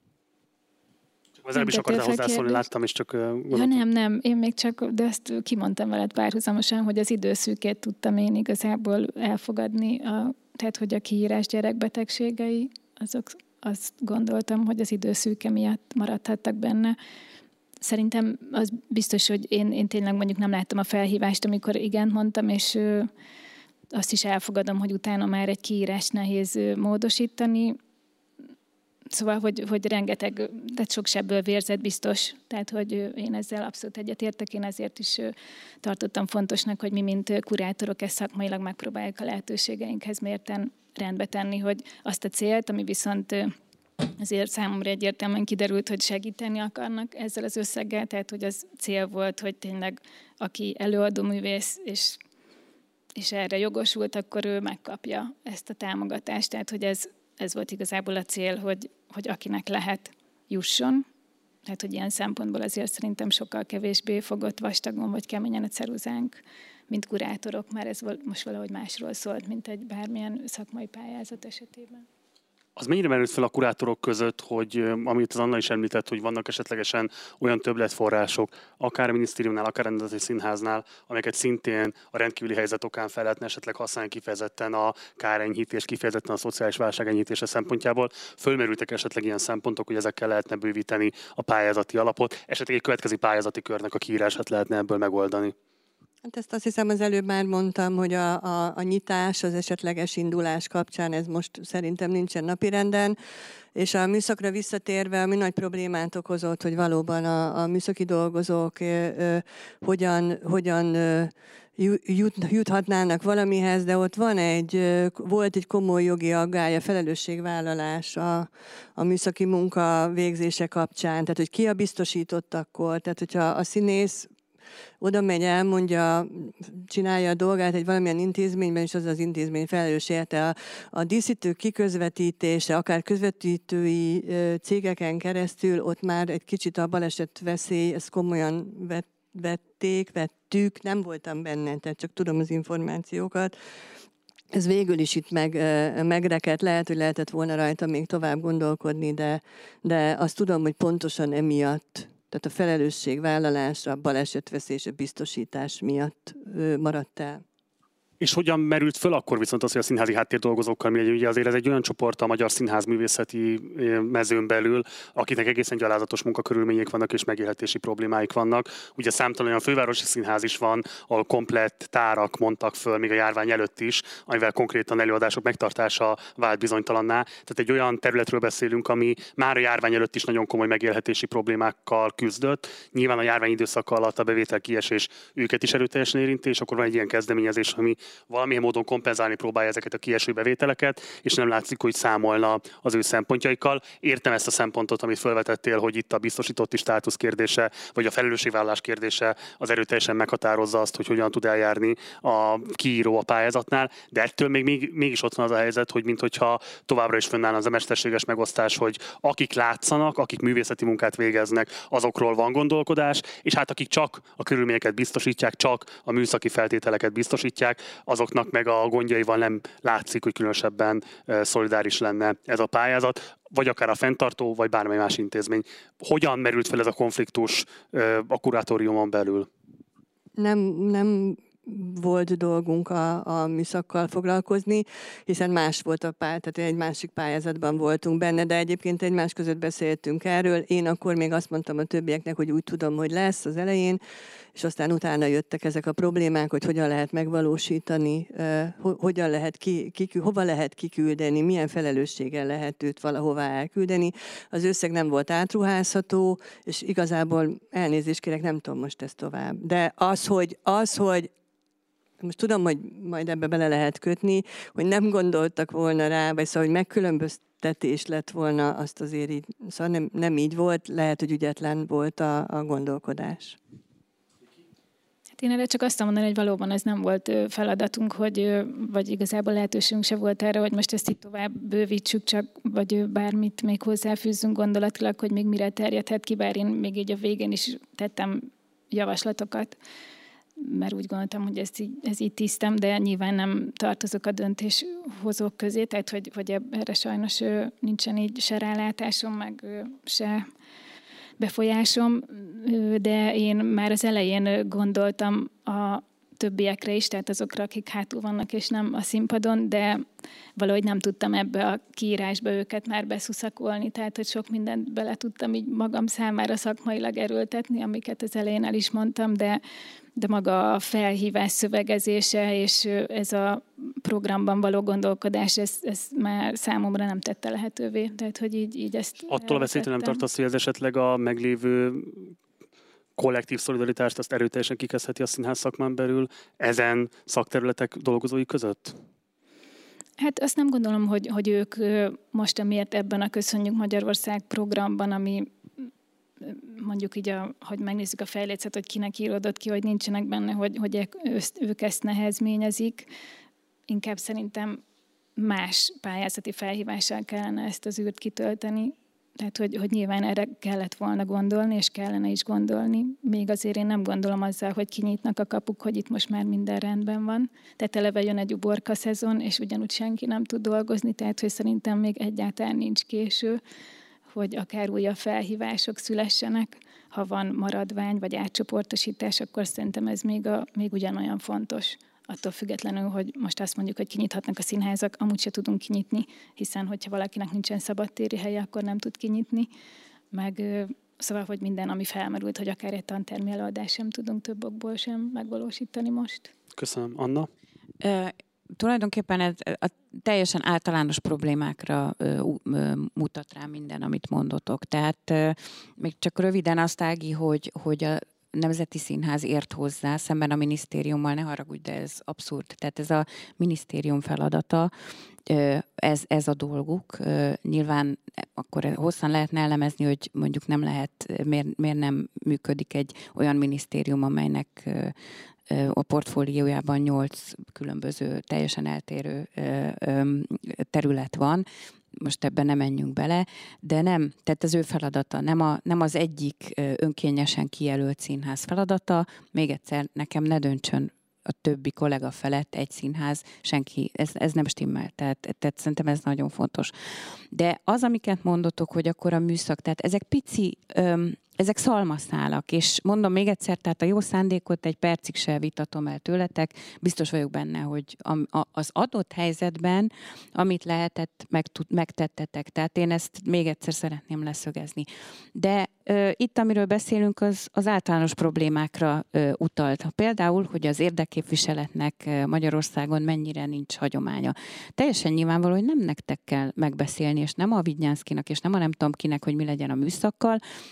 Az előbb is akartál hozzászólni, láttam, és csak gondoltam. Ja, nem, nem, én még csak, de ezt kimondtam veled párhuzamosan, hogy az időszűkét tudtam én igazából elfogadni, a, tehát hogy a kiírás gyerekbetegségei, azok, azt gondoltam, hogy az időszűke miatt maradhattak benne. Szerintem az biztos, hogy én, én tényleg mondjuk nem láttam a felhívást, amikor igent mondtam, és ö, azt is elfogadom, hogy utána már egy kiírás nehéz ö, módosítani. Szóval, hogy, hogy rengeteg, tehát sok sebből vérzett biztos. Tehát, hogy ö, én ezzel abszolút egyetértek, én ezért is ö, tartottam fontosnak, hogy mi, mint ö, kurátorok, ezt szakmailag megpróbáljuk a lehetőségeinkhez mérten rendbe tenni, hogy azt a célt, ami viszont... Ö, Ezért számomra egyértelműen kiderült, hogy segíteni akarnak ezzel az összeggel, tehát hogy az cél volt, hogy tényleg aki előadó művész, és, és erre jogosult, akkor ő megkapja ezt a támogatást. Tehát hogy ez, ez volt igazából a cél, hogy, hogy akinek lehet, jusson. Tehát hogy ilyen szempontból azért szerintem sokkal kevésbé fogott vastagon vagy keményen a ceruzánk, mint kurátorok, mert ez most valahogy másról szólt, mint egy bármilyen szakmai pályázat esetében. Az mennyire merült fel a kurátorok között, hogy amit az Anna is említett, hogy vannak esetlegesen olyan többletforrások, akár a minisztériumnál, akár a Nemzeti Színháznál, amelyeket szintén a rendkívüli helyzet okán fel lehetne esetleg használni kifejezetten a kárenyhítés, kifejezetten a szociális válság enyhítése szempontjából. Fölmerültek esetleg ilyen szempontok, hogy ezekkel lehetne bővíteni a pályázati alapot, esetleg egy következő pályázati körnek a kiírását lehetne ebből megoldani. Hát ezt azt hiszem az előbb már mondtam, hogy a, a, a nyitás, az esetleges indulás kapcsán ez most szerintem nincsen napirenden, és a műszakra visszatérve, ami nagy problémát okozott, hogy valóban a, a műszaki dolgozók ö, ö, hogyan, hogyan ö, jut, juthatnának valamihez, de ott van egy, ö, volt egy komoly jogi aggály, a felelősségvállalás a, a műszaki munka végzése kapcsán, tehát hogy ki a biztosított akkor, tehát hogyha a színész oda megy, elmondja, csinálja a dolgát egy valamilyen intézményben, és az az intézmény felelős érte. A, a díszítő kiközvetítése, akár közvetítői ö, cégeken keresztül, ott már egy kicsit a baleset veszély, ezt komolyan vett, vették, vettük, nem voltam benne, tehát csak tudom az információkat. Ez végül is itt meg, megrekedt, lehet, hogy lehetett volna rajta még tovább gondolkodni, de, de azt tudom, hogy pontosan emiatt, tehát a felelősségvállalás, a balesetveszés, a biztosítás miatt maradt el. És hogyan merült föl akkor viszont az, hogy a színházi háttérdolgozókkal mi legyen? Ugye azért ez egy olyan csoport a magyar színházművészeti mezőn belül, akiknek egészen gyalázatos munkakörülmények vannak és megélhetési problémáik vannak. Ugye számtalan olyan fővárosi színház is van, ahol komplett tárak mondtak föl, még a járvány előtt is, amivel konkrétan előadások megtartása vált bizonytalanná. Tehát egy olyan területről beszélünk, ami már a járvány előtt is nagyon komoly megélhetési problémákkal küzdött. Nyilván a járvány időszaka alatt a bevétel kiesés őket is erőteljesen érinti, és akkor van egy ilyen kezdeményezés, ami valamilyen módon kompenzálni próbálja ezeket a kieső bevételeket, és nem látszik, hogy számolna az ő szempontjaikkal. Értem ezt a szempontot, amit felvetettél, hogy itt a biztosítotti státusz kérdése, vagy a felelősségvállalás kérdése az erőteljesen meghatározza azt, hogy hogyan tud eljárni a kiíró a pályázatnál, de ettől még, még mégis ott van az a helyzet, hogy minthogyha továbbra is fönnáll az a mesterséges megosztás, hogy akik látszanak, akik művészeti munkát végeznek, azokról van gondolkodás, és hát akik csak a körülményeket biztosítják, csak a műszaki feltételeket biztosítják, azoknak meg a gondjaival nem látszik, hogy különösebben szolidáris lenne ez a pályázat, vagy akár a fenntartó, vagy bármely más intézmény. Hogyan merült fel ez a konfliktus a kuratóriumon belül? Nem, nem volt dolgunk a, a műszakkal foglalkozni, hiszen más volt a pály, tehát egy másik pályázatban voltunk benne, de egyébként egymás között beszéltünk erről. Én akkor még azt mondtam a többieknek, hogy úgy tudom, hogy lesz az elején, és aztán utána jöttek ezek a problémák, hogy hogyan lehet megvalósítani, uh, hogyan lehet ki, ki, hova lehet kiküldeni, milyen felelősséggel lehet őt valahová elküldeni. Az összeg nem volt átruházható, és igazából elnézést kérek, nem tudom most ezt tovább. De az, hogy, az, hogy most tudom, hogy majd ebbe bele lehet kötni, hogy nem gondoltak volna rá, vagy szóval, hogy megkülönböztetés lett volna, azt azért így, szóval nem, nem így volt, lehet, hogy ügyetlen volt a, a gondolkodás. Hát én erre csak azt mondani, hogy valóban ez nem volt feladatunk, hogy, vagy igazából lehetőségünk se volt erre, hogy most ezt itt tovább bővítsük, csak, vagy bármit még hozzáfűzzünk gondolatilag, hogy még mire terjedhet ki, bár én még így a végén is tettem javaslatokat, mert úgy gondoltam, hogy ezt így, ez így tisztem, de nyilván nem tartozok a döntéshozók közé, tehát hogy, hogy erre sajnos nincsen így se rálátásom, meg se befolyásom, de én már az elején gondoltam a többiekre is, tehát azokra, akik hátul vannak, és nem a színpadon, de valahogy nem tudtam ebbe a kiírásba őket már beszuszakolni, tehát hogy sok mindent bele tudtam így magam számára szakmailag erőltetni, amiket az elején el is mondtam, de, de maga a felhívás szövegezése és ez a programban való gondolkodás, ez, ez már számomra nem tette lehetővé. Tehát, hogy így, így ezt attól a veszélytől nem tartasz, hogy ez esetleg a meglévő kollektív szolidaritást azt erőteljesen kikezdheti a színház szakmán belül ezen szakterületek dolgozói között? Hát azt nem gondolom, hogy, hogy ők most emiatt ebben a Köszönjük Magyarország programban, ami mondjuk így, a, hogy megnézzük a fejlécet, hogy kinek íródott ki, hogy nincsenek benne, hogy, hogy ők ezt nehezményezik. Inkább szerintem más pályázati felhívással kellene ezt az űrt kitölteni. Tehát, hogy, hogy nyilván erre kellett volna gondolni, és kellene is gondolni. Még azért én nem gondolom azzal, hogy kinyitnak a kapuk, hogy itt most már minden rendben van. Tehát eleve jön egy uborka szezon, és ugyanúgy senki nem tud dolgozni, tehát hogy szerintem még egyáltalán nincs késő, hogy akár újabb felhívások szülessenek. Ha van maradvány vagy átcsoportosítás, akkor szerintem ez még, a, még ugyanolyan fontos. Attól függetlenül, hogy most azt mondjuk, hogy kinyithatnak a színházak, amúgy se tudunk kinyitni, hiszen hogyha valakinek nincsen szabadtéri helye, akkor nem tud kinyitni. Meg szóval, hogy minden, ami felmerült, hogy akár egy tantermi előadást sem tudunk több okból sem megvalósítani most. Köszönöm. Anna? E, tulajdonképpen ez a teljesen általános problémákra ö, ö, mutat rá minden, amit mondotok. Tehát ö, még csak röviden azt, Ági, hogy, hogy a Nemzeti Színház ért hozzá, szemben a minisztériummal, ne haragudj, de ez abszurd. Tehát ez a minisztérium feladata, ez, ez a dolguk. Nyilván akkor hosszan lehetne elemezni, hogy mondjuk nem lehet, miért, miért nem működik egy olyan minisztérium, amelynek a portfóliójában nyolc különböző, teljesen eltérő terület van. Most ebben nem menjünk bele, de nem, tehát az ő feladata, nem, a, nem az egyik önkényesen kijelölt színház feladata. Még egyszer, nekem ne döntsön a többi kollega felett egy színház, senki, ez, ez nem stimmel, tehát, tehát szerintem ez nagyon fontos. De az, amiket mondotok, hogy akkor a műszak, tehát ezek pici, öm, ezek szalmaszálak, és mondom még egyszer, tehát a jó szándékot egy percig se vitatom el tőletek, biztos vagyok benne, hogy a, a, az adott helyzetben, amit lehetett, meg, megtettetek, tehát én ezt még egyszer szeretném leszögezni. De ö, itt, amiről beszélünk, az, az általános problémákra ö, utalt. Például, hogy az érdekképviseletnek Magyarországon mennyire nincs hagyománya. Teljesen nyilvánvaló, hogy nem nektek kell megbeszélni, és nem a Vignyánszkinak, és nem a nem tudom kinek, hogy mi legyen a műszakkal, hanem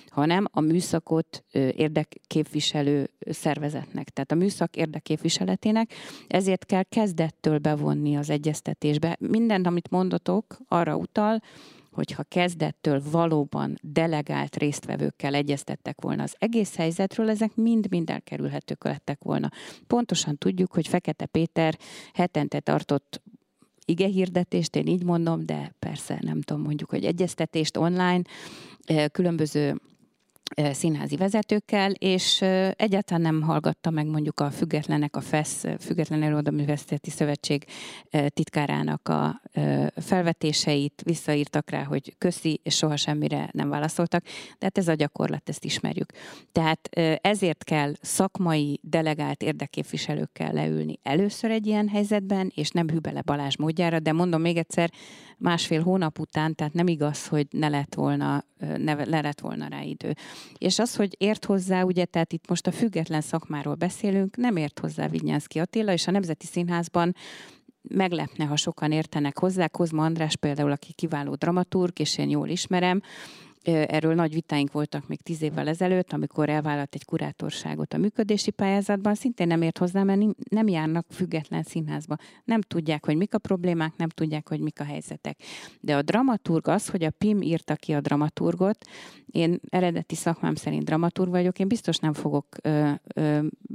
a műszakot érdekképviselő szervezetnek, tehát a műszak érdekképviseletének, ezért kell kezdettől bevonni az egyeztetésbe. Mindent, amit mondotok, arra utal, hogyha kezdettől valóban delegált résztvevőkkel egyeztettek volna az egész helyzetről, ezek mind-mind elkerülhetők lettek volna. Pontosan tudjuk, hogy Fekete Péter hetente tartott igehirdetést, én így mondom, de persze nem tudom, mondjuk, hogy egyeztetést online, különböző színházi vezetőkkel, és egyáltalán nem hallgatta meg mondjuk a függetlenek, a FESZ, Független Előadóművészeti Szövetség titkárának a felvetéseit, visszaírtak rá, hogy köszi, és soha semmire nem válaszoltak, de hát ez a gyakorlat, ezt ismerjük. Tehát ezért kell szakmai, delegált érdekképviselőkkel leülni először egy ilyen helyzetben, és nem Hübele Balázs módjára, de mondom még egyszer, másfél hónap után, tehát nem igaz, hogy ne lett volna, ne, ne lett volna rá idő. És az, hogy ért hozzá, ugye, tehát itt most a független szakmáról beszélünk, nem ért hozzá Vidnyánszky Attila, és a Nemzeti Színházban meglepne, ha sokan értenek hozzá. Kozma András például, aki kiváló dramaturg, és én jól ismerem, erről nagy vitáink voltak még tíz évvel ezelőtt, amikor elvállalt egy kurátorságot a működési pályázatban, szintén nem ért hozzá, mert nem járnak független színházba. Nem tudják, hogy mik a problémák, nem tudják, hogy mik a helyzetek. De a dramaturg az, hogy a pé i em írta ki a dramaturgot, én eredeti szakmám szerint dramaturg vagyok, én biztos nem fogok ö, ö,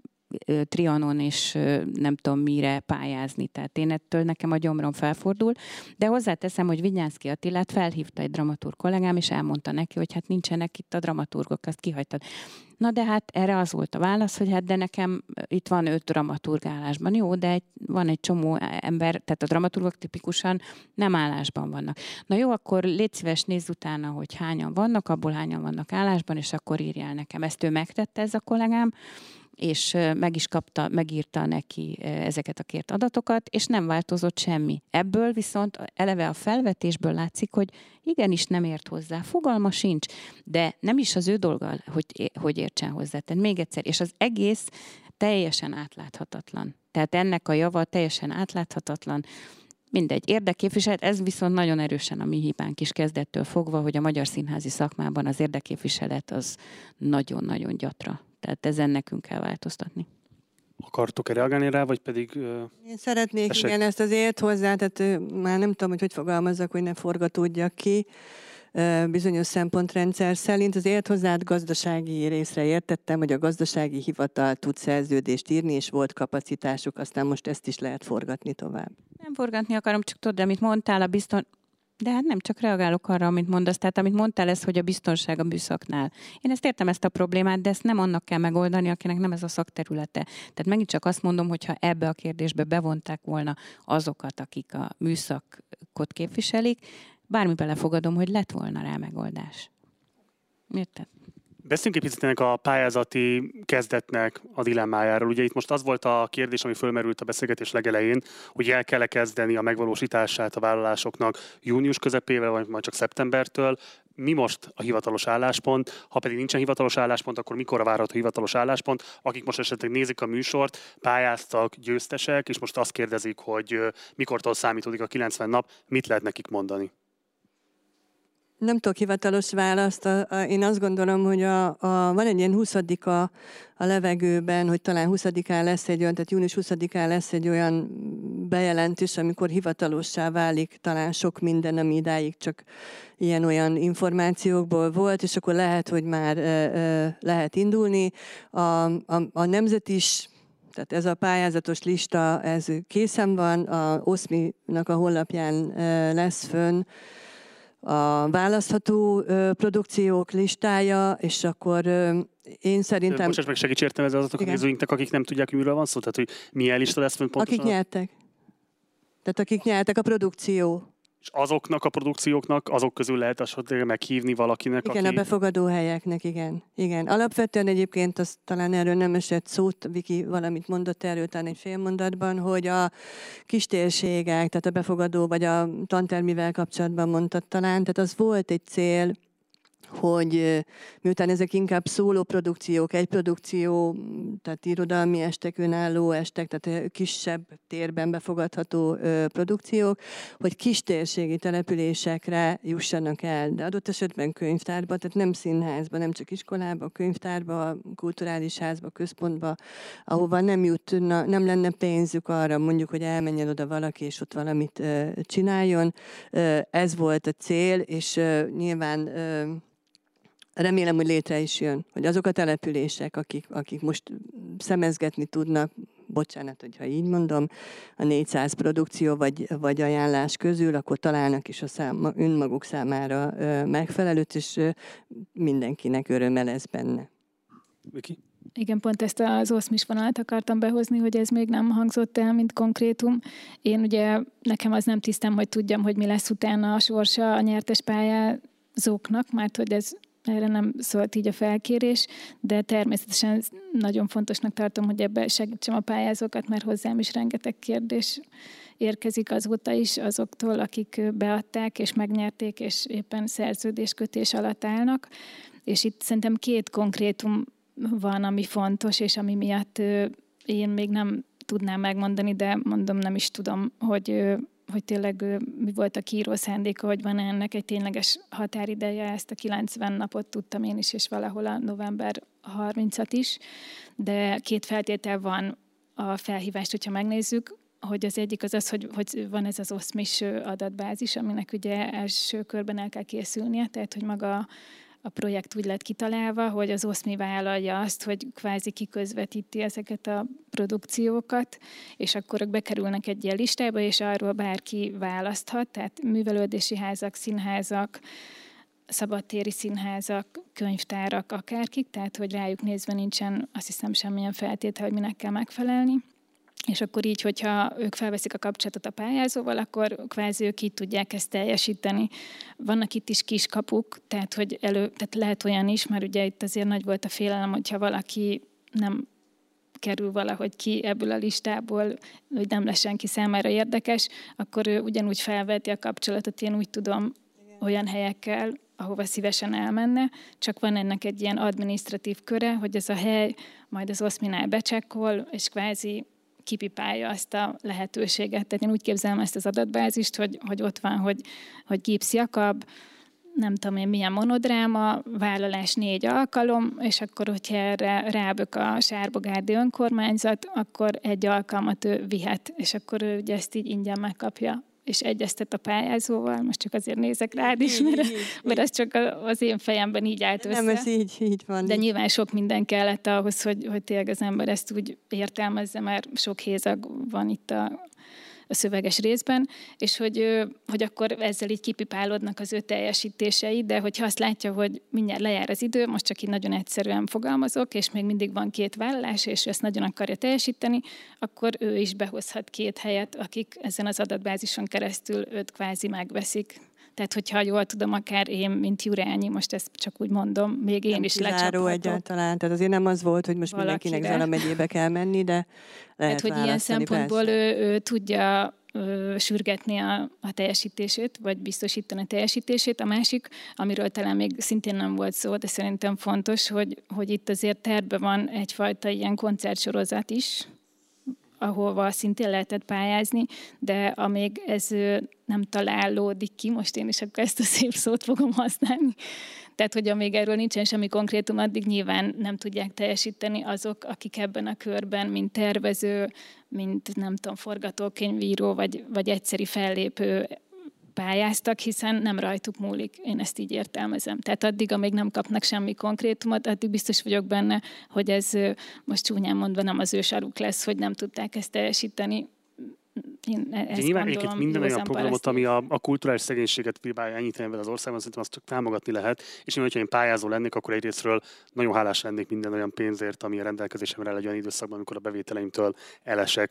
Trianon és nem tudom mire pályázni. Tehát én ettől nekem a gyomrom felfordul, de hozzáteszem, hogy Vidnyánszky Attilát felhívta egy dramaturg kollégám, és elmondta neki, hogy hát nincsenek itt a dramaturgok, azt kihagytad. Na de hát erre az volt a válasz, hogy hát de nekem itt van öt dramaturg állásban. Jó, de egy, van egy csomó ember, tehát a dramaturgok tipikusan nem állásban vannak. Na jó, akkor légy szíves, nézz utána, hogy hányan vannak, abból hányan vannak állásban, és akkor írjál nekem. Ezt ő megtette, ez a kollégám, és meg is kapta, megírta neki ezeket a kért adatokat, és nem változott semmi. Ebből viszont eleve a felvetésből látszik, hogy igenis nem ért hozzá, fogalma sincs, de nem is az ő dolga, hogy, hogy értsen hozzá. Tehát még egyszer, és az egész teljesen átláthatatlan. Tehát ennek a java teljesen átláthatatlan, mindegy, érdekképviselet, ez viszont nagyon erősen a mi hibánk is kezdettől fogva, hogy a magyar színházi szakmában az érdekképviselet az nagyon-nagyon gyatra. Tehát ezen nekünk kell változtatni. Akartok-e reagálni rá, vagy pedig... Uh, Én szeretnék, esek? igen, ezt azért hozzá, tehát uh, már nem tudom, hogy hogy fogalmazzak, hogy ne forgatódjak ki uh, bizonyos szempontrendszer szerint. Az ért hozzád gazdasági részre értettem, hogy a gazdasági hivatal tud szerződést írni, és volt kapacitásuk, aztán most ezt is lehet forgatni tovább. Nem forgatni akarom, csak tudod, amit mondtál, a bizton... De hát nem csak reagálok arra, amit mondasz. Tehát amit mondtál, ez, hogy a biztonság a műszaknál. Én ezt értem, ezt a problémát, de ezt nem annak kell megoldani, akinek nem ez a szakterülete. Tehát megint csak azt mondom, hogyha ebbe a kérdésbe bevonták volna azokat, akik a műszakot képviselik, bármi belefogadom, hogy lett volna rá megoldás. Érted? Beszéljünk egy picit ennek a pályázati kezdetnek a dilemmájáról. Ugye itt most az volt a kérdés, ami fölmerült a beszélgetés legelején, hogy el kell kezdeni a megvalósítását a vállalásoknak június közepével, vagy majd csak szeptembertől. Mi most a hivatalos álláspont? Ha pedig nincsen hivatalos álláspont, akkor mikor várható hivatalos álláspont? Akik most esetleg nézik a műsort, pályáztak, győztesek, és most azt kérdezik, hogy mikortól számítódik a kilencven nap, mit lehet nekik mondani? Nem tudok hivatalos választ. A, a, én azt gondolom, hogy a, a, van egy ilyen huszadika a levegőben, hogy talán huszadikán lesz egy olyan, tehát június huszadikán lesz egy olyan bejelentés, amikor hivatalossá válik talán sok minden, ami idáig csak ilyen-olyan információkból volt, és akkor lehet, hogy már e, e, lehet indulni. A, a, a nemzet is, tehát ez a pályázatos lista, ez készen van, a oszminak a honlapján e, lesz fönn a választható ö, produkciók listája, és akkor ö, én szerintem... Bocsáss meg, segíts értelmezni azoknak a nézőinknek, akik nem tudják, hogy miről van szó? Tehát, hogy milyen lista lesz fönn pontosan? Akik nyertek. Tehát akik nyertek a produkció. És azoknak a produkcióknak, azok közül lehet esetleg meghívni valakinek, igen, aki... a befogadó helyeknek, igen. igen. Alapvetően egyébként, az, talán erről nem esett szót, Viki valamit mondott erről, talán egy fél mondatban, hogy a kistérségek, tehát a befogadó vagy a tantermivel kapcsolatban mondtad talán, tehát az volt egy cél, hogy miután ezek inkább szólóprodukciók, egy produkció, tehát irodalmi estek, önálló estek, tehát kisebb térben befogadható ö, produkciók, hogy kistérségi településekre jussanak el, de adott esetben könyvtárba, tehát nem színházba, nem csak iskolába, könyvtárba, kulturális házba, központba, ahova nem jutna, nem lenne pénzük arra, mondjuk, hogy elmenjen oda valaki, és ott valamit ö, csináljon. Ö, ez volt a cél, és ö, nyilván ö, remélem, hogy létre is jön, hogy azok a települések, akik, akik most szemezgetni tudnak, bocsánat, hogyha így mondom, a négyszáz produkció vagy, vagy ajánlás közül, akkor találnak is a szám, önmaguk számára ö, megfelelőt, és ö, mindenkinek öröme lesz benne. Viki? Igen, pont ezt az oszmis vonalat akartam behozni, hogy ez még nem hangzott el, mint konkrétum. Én ugye, nekem az nem tisztem, hogy tudjam, hogy mi lesz utána a sorsa a nyertes pályázóknak, mert hogy ez erre nem szólt így a felkérés, de természetesen nagyon fontosnak tartom, hogy ebbe segítsem a pályázókat, mert hozzám is rengeteg kérdés érkezik azóta is azoktól, akik beadták és megnyerték, és éppen szerződéskötés alatt állnak. És itt szerintem két konkrétum van, ami fontos, és ami miatt én még nem tudnám megmondani, de mondom, nem is tudom, hogy hogy tényleg mi volt a kiíró szándéka, hogy van ennek egy tényleges határideje, ezt a kilencven napot tudtam én is, és valahol a november harmincadikat is, de két feltétel van a felhívást, hogyha megnézzük, hogy az egyik az az, hogy, hogy van ez az oszmis adatbázis, aminek ugye első körben el kell készülnie, tehát hogy maga a projekt úgy lett kitalálva, hogy az oszmi vállalja azt, hogy kvázi kiközvetíti ezeket a produkciókat, és akkor ők bekerülnek egy ilyen listába, és arról bárki választhat, tehát művelődési házak, színházak, szabadtéri színházak, könyvtárak, akárkik, tehát hogy rájuk nézve nincsen, azt hiszem, semmilyen feltétel, hogy minek kell megfelelni. És akkor így, hogyha ők felveszik a kapcsolatot a pályázóval, akkor kvázi ők így tudják ezt teljesíteni. Vannak itt is kiskapuk, tehát, hogy elő, tehát lehet olyan is, mert ugye itt azért nagy volt a félelem, hogyha valaki nem kerül valahogy ki ebből a listából, hogy nem lesz senki számára érdekes, akkor ő ugyanúgy felveti a kapcsolatot, én úgy tudom, olyan helyekkel, ahova szívesen elmenne, csak van ennek egy ilyen adminisztratív köre, hogy ez a hely majd az oszminál becsekkol, és kvázi kipipálja azt a lehetőséget. Tehát én úgy képzelem ezt az adatbázist, hogy, hogy ott van, hogy, hogy Gibbs Jakab, nem tudom én milyen monodráma, vállalás négy alkalom, és akkor, hogyha erre rábök a Sárbogárdi önkormányzat, akkor egy alkalmat ő vihet, és akkor ő ugye ezt így ingyen megkapja, és egyeztet a pályázóval. Most csak azért nézek rád is, mert, így, mert ez csak az én fejemben így állt össze. Nem, ez így, így van. De így. Nyilván sok minden kellett ahhoz, hogy, hogy tényleg az ember ezt úgy értelmezze, mert sok hézag van itt a, a szöveges részben, és hogy, hogy akkor ezzel így kipipálódnak az ő teljesítései, de hogyha azt látja, hogy mindjárt lejár az idő, most csak így nagyon egyszerűen fogalmazok, és még mindig van két vállalás, és ezt nagyon akarja teljesíteni, akkor ő is behozhat két helyet, akik ezen az adatbázison keresztül őt kvázi megveszik. Tehát, hogyha jól tudom, akár én, mint Jurányi, most ezt csak úgy mondom, még én nem is lecsaphatok. Egyáltalán. Tehát azért nem az volt, hogy most valakire. Mindenkinek Zala megyébe kell menni, de lehet hát, hogy ilyen szempontból ő, ő tudja ő, sürgetni a, a teljesítését, vagy biztosítani a teljesítését. A másik, amiről talán még szintén nem volt szó, de szerintem fontos, hogy, hogy itt azért tervben van egyfajta ilyen koncertsorozat is, ahova szintén lehetett pályázni, de amíg ez nem találódik ki, most én is akkor ezt a szép szót fogom használni. Tehát, hogy amíg erről nincsen semmi konkrétum, addig nyilván nem tudják teljesíteni azok, akik ebben a körben, mint tervező, mint nem tudom, forgatókönyvíró, vagy, vagy egyszeri fellépő pályáztak, hiszen nem rajtuk múlik. Én ezt így értelmezem. Tehát addig, amíg nem kapnak semmi konkrétumot, addig biztos vagyok benne, hogy ez most csúnyán mondva nem az ő saruk lesz, hogy nem tudták ezt teljesíteni. Én ezt nyilván egyébként minden olyan programot, ami a, a kulturális szegénységet próbálja enyhíteni az országban, szerintem azt csak támogatni lehet. És nyilván, hogyha én pályázó lennék, akkor egyrésztről nagyon hálás lennék minden olyan pénzért, ami a rendelkezésemre egy olyan időszakban, amikor a bevételeimtől elesek.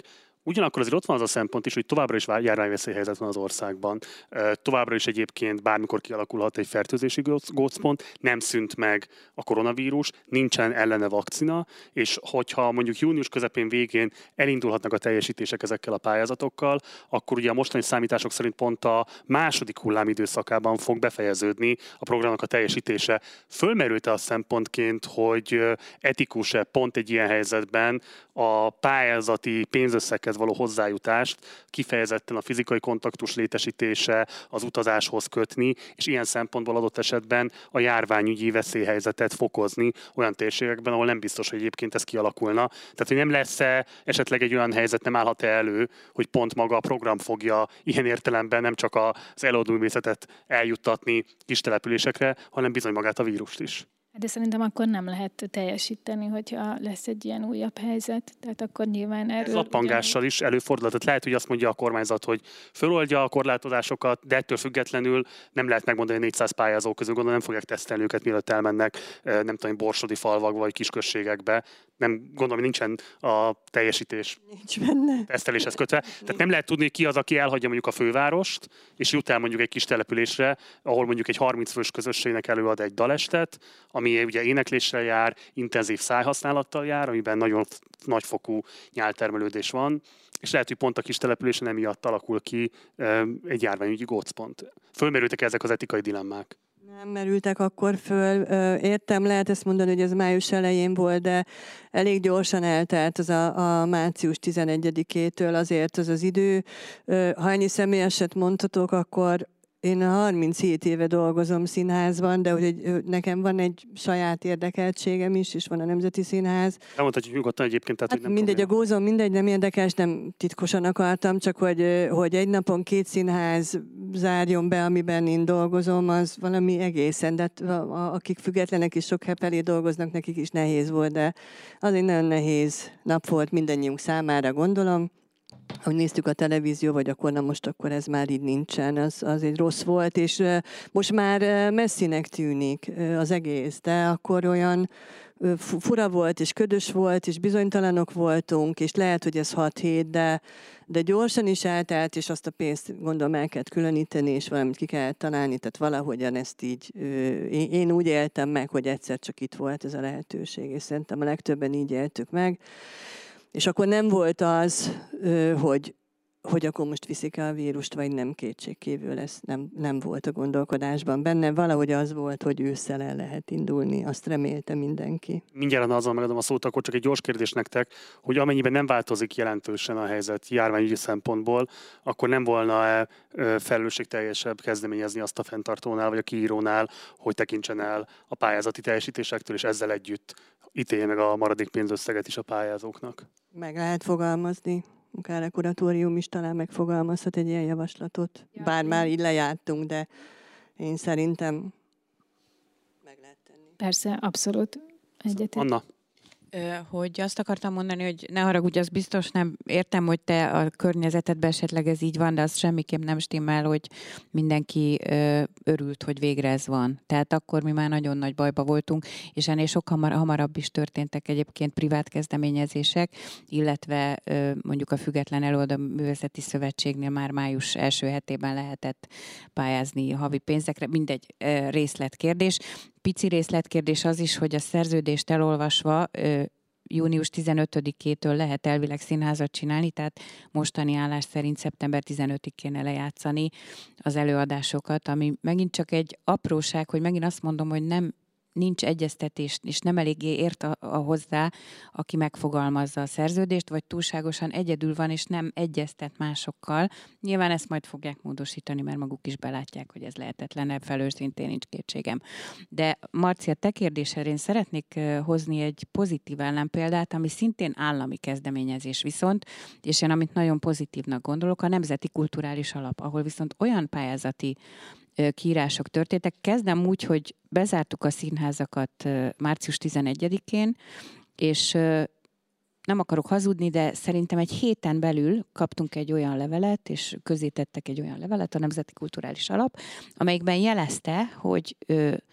Ugyanakkor azért ott van az a szempont is, hogy továbbra is járványveszélyhelyzet van az országban. Továbbra is egyébként bármikor kialakulhat egy fertőzési gócpont, nem szűnt meg a koronavírus, nincsen ellene vakcina, és hogyha mondjuk június közepén végén elindulhatnak a teljesítések ezekkel a pályázatokkal, akkor ugye a mostani számítások szerint pont a második hullám időszakában fog befejeződni a programnak a teljesítése. Fölmerült-e a szempontként, hogy etikus-e pont egy ilyen helyzetben a pályázati pénzösszeghez való hozzájutást kifejezetten a fizikai kontaktus létesítése, az utazáshoz kötni, és ilyen szempontból adott esetben a járványügyi veszélyhelyzetet fokozni olyan térségekben, ahol nem biztos, hogy egyébként ez kialakulna. Tehát, hogy nem lesz-e esetleg egy olyan helyzet, nem állhat-e elő, hogy pont maga a program fogja ilyen értelemben nem csak az előadóművészetet eljuttatni kis településekre, hanem bizony magát a vírust is. De szerintem akkor nem lehet teljesíteni, hogyha lesz egy ilyen újabb helyzet. Tehát akkor nyilván erről... Ez lappangással is előfordulhat. Tehát lehet, hogy azt mondja a kormányzat, hogy föloldja a korlátozásokat, de ettől függetlenül nem lehet megmondani, hogy négyszáz pályázó közül gondolom nem fogják tesztelni őket, mielőtt elmennek, nem tudom, borsodi falvakba vagy kisközségekbe. Nem, gondolom, hogy nincsen a teljesítés Nincs benne. teszteléshez kötve. Tehát nem lehet tudni, ki az, aki elhagyja mondjuk a fővárost, és jut el mondjuk egy kis településre, ahol mondjuk egy harminc fős közösségnek előad egy dalestet, ami ugye énekléssel jár, intenzív szájhasználattal jár, amiben nagyon nagyfokú nyáltermelődés van, és lehet, hogy pont a kis településen emiatt alakul ki egy járványügyi gócpont. Fölmerültek ezek az etikai dilemmák? Nem merültek akkor föl. Értem, lehet ezt mondani, hogy ez május elején volt, de elég gyorsan eltelt az a, a március tizenegyedikétől azért az az idő. Ha ennyi személyeset mondhatok, akkor én harminchét éve dolgozom színházban, de hogy nekem van egy saját érdekeltségem is, és van a Nemzeti Színház. Elmondhatjuk nyugodtan egyébként, tehát, hát hogy nem mindegy, probléma. a gózom mindegy, nem érdekes, nem titkosan akartam, csak hogy, hogy egy napon két színház zárjon be, amiben én dolgozom, az valami egészen, de akik függetlenek és sok felé dolgoznak, nekik is nehéz volt, de az egy nagyon nehéz nap volt mindannyiunk számára, gondolom. Ahogy néztük a televízió, vagy akkor, na most akkor ez már így nincsen, az, az egy rossz volt, és uh, most már uh, messzinek tűnik uh, az egész, de akkor olyan uh, fura volt, és ködös volt, és bizonytalanok voltunk, és lehet, hogy ez hat hét, de, de gyorsan is eltelt, és azt a pénzt gondolom el kellett különíteni, és valamit ki kellett találni, tehát valahogyan ezt így, uh, én, én úgy éltem meg, hogy egyszer csak itt volt ez a lehetőség, és szerintem a legtöbben így éltük meg. És akkor nem volt az, hogy, hogy akkor most viszik el a vírust, vagy nem, kétségkívül, ez nem, nem volt a gondolkodásban benne. Valahogy az volt, hogy ősszel el lehet indulni, azt remélte mindenki. Mindjárt azzal megadom a szót, akkor csak egy gyors kérdés nektek, hogy amennyiben nem változik jelentősen a helyzet járványügyi szempontból, akkor nem volna-e felelősségteljesebb kezdeményezni azt a fenntartónál, vagy a kiírónál, hogy tekintsen el a pályázati teljesítésektől, és ezzel együtt ítélje meg a maradék pénzösszeget is a pályázóknak? Meg lehet fogalmazni. Akár a kuratórium is talán megfogalmazhat egy ilyen javaslatot. Bár már így lejártunk, de én szerintem meg lehet tenni. Persze, abszolút egyetért. Anna? Hogy azt akartam mondani, hogy ne haragudj, az biztos nem értem, hogy te a környezetedben esetleg ez így van, de az semmiképp nem stimmel, hogy mindenki ö, örült, hogy végre ez van. Tehát akkor mi már nagyon nagy bajba voltunk, és ennél sok hamar, hamarabb is történtek egyébként privát kezdeményezések, illetve ö, mondjuk a Független Előadó Művészeti Szövetségnél már május első hetében lehetett pályázni havi pénzekre, mindegy ö, részletkérdés. Pici részletkérdés az is, hogy a szerződést elolvasva ö, június tizenötödikétől lehet elvileg színházat csinálni, tehát mostani állás szerint szeptember tizenötödikéig kéne lejátszani az előadásokat, ami megint csak egy apróság, hogy megint azt mondom, hogy nem nincs egyeztetés, és nem eléggé ért a, a hozzá, aki megfogalmazza a szerződést, vagy túlságosan egyedül van, és nem egyeztet másokkal. Nyilván ezt majd fogják módosítani, mert maguk is belátják, hogy ez lehetetlen, felől szintén nincs kétségem. De Marcia, te kérdésre én szeretnék hozni egy pozitív ellenpéldát, ami szintén állami kezdeményezés viszont, és én amit nagyon pozitívnak gondolok, a Nemzeti Kulturális Alap, ahol viszont olyan pályázati kiírások történtek. Kezdem úgy, hogy bezártuk a színházakat március tizenegyedikén, és nem akarok hazudni, de szerintem egy héten belül kaptunk egy olyan levelet, és közzétettek egy olyan levelet, a Nemzeti Kulturális Alap, amelyikben jelezte, hogy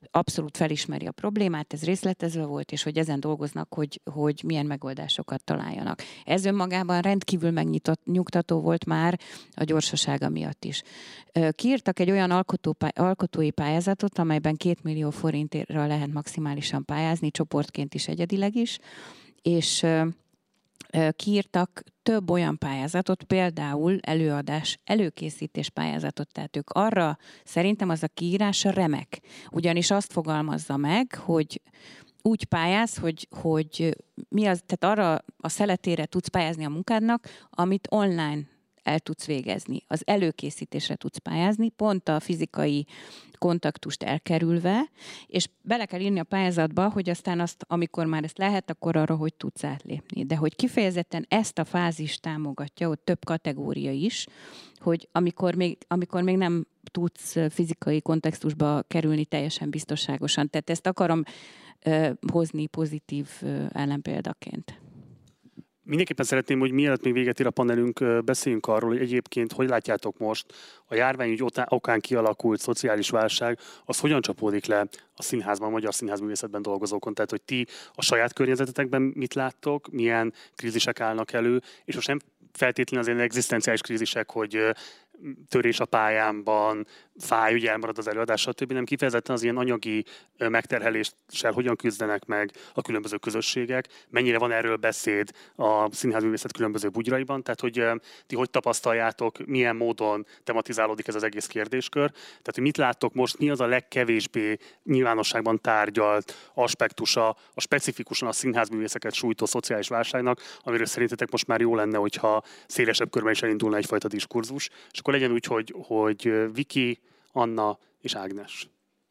abszolút felismeri a problémát, ez részletezve volt, és hogy ezen dolgoznak, hogy, hogy milyen megoldásokat találjanak. Ez önmagában rendkívül megnyugtató volt már a gyorsasága miatt is. Kiírtak egy olyan alkotópály, alkotói pályázatot, amelyben két millió forintra lehet maximálisan pályázni, csoportként is, egyedileg is, és kiírtak több olyan pályázatot, például előadás, előkészítés pályázatot, tehát ők arra, szerintem az a kiírása remek, ugyanis azt fogalmazza meg, hogy úgy pályáz, hogy, hogy mi az, tehát arra a szeletére tudsz pályázni a munkádnak, amit online el tudsz végezni. Az előkészítésre tudsz pályázni, pont a fizikai kontaktust elkerülve, és bele kell írni a pályázatba, hogy aztán azt, amikor már ezt lehet, akkor arra, hogy tudsz átlépni. De hogy kifejezetten ezt a fázist támogatja, ott több kategória is, hogy amikor még, amikor még nem tudsz fizikai kontextusba kerülni teljesen biztonságosan. Tehát ezt akarom uh, hozni pozitív uh, ellenpéldaként. Mindenképpen szeretném, hogy mielőtt még véget ér a panelünk, beszéljünk arról, hogy egyébként hogy látjátok most a járványügy okán kialakult szociális válság, az hogyan csapódik le a színházban, a magyar színházművészetben dolgozókon. Tehát, hogy ti a saját környezetetekben mit láttok, milyen krízisek állnak elő, és most nem feltétlenül azért egzisztenciális krízisek, hogy törés a pályámban, fáj, ugye elmarad az előadás, stb. Nem kifejezetten az ilyen anyagi megterheléssel hogyan küzdenek meg a különböző közösségek, mennyire van erről beszéd a színházművészet különböző bugyraiban, tehát hogy ti hogy tapasztaljátok, milyen módon tematizálódik ez az egész kérdéskör, tehát hogy mit láttok most, mi az a legkevésbé nyilvánosságban tárgyalt aspektusa a specifikusan a színházművészeket sújtó szociális válságnak, amiről szerintetek most már jó lenne, hogyha szélesebb körben is elindulna egyfajta diskurzus, és akkor legyen úgy, hogy, hogy Viki, Anna és Ágnes.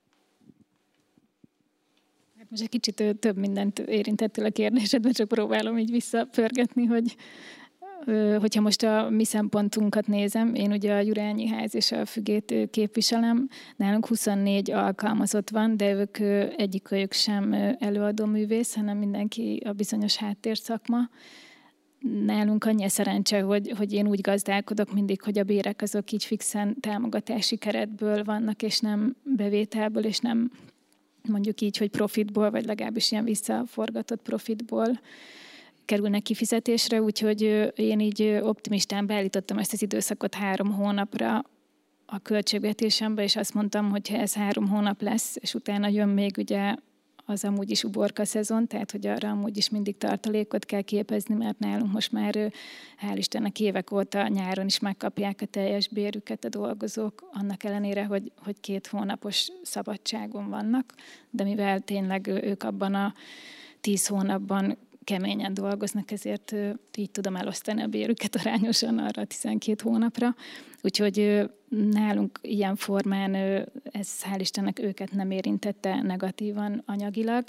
Hát most egy kicsit több mindent érintettél a kérdésedben, csak próbálom így visszapörgetni, hogy hogyha most a mi szempontunkat nézem, én ugye a Jurányi Ház és a Fügét képviselem, nálunk huszonnégy alkalmazott van, de ők egyikőjük sem előadó művész, hanem mindenki a bizonyos háttérszakma. Nálunk annyi a szerencse, hogy, hogy én úgy gazdálkodok mindig, hogy a bérek azok így fixen támogatási keretből vannak, és nem bevételből, és nem mondjuk így, hogy profitból, vagy legalábbis ilyen visszaforgatott profitból kerülnek kifizetésre, úgyhogy én így optimistán beállítottam ezt az időszakot három hónapra a költségvetésembe, és azt mondtam, hogy ha ez három hónap lesz, és utána jön még ugye az amúgy is uborka szezon, tehát hogy arra amúgy is mindig tartalékot kell képezni, mert nálunk most már hál' Istennek évek óta nyáron is megkapják a teljes bérüket a dolgozók, annak ellenére, hogy, hogy két hónapos szabadságon vannak, de mivel tényleg ők abban a tíz hónapban keményen dolgoznak, ezért így tudom elosztani a bérüket arányosan arra a tizenkét hónapra. Úgyhogy nálunk ilyen formán ez hál' Istennek őket nem érintette negatívan anyagilag.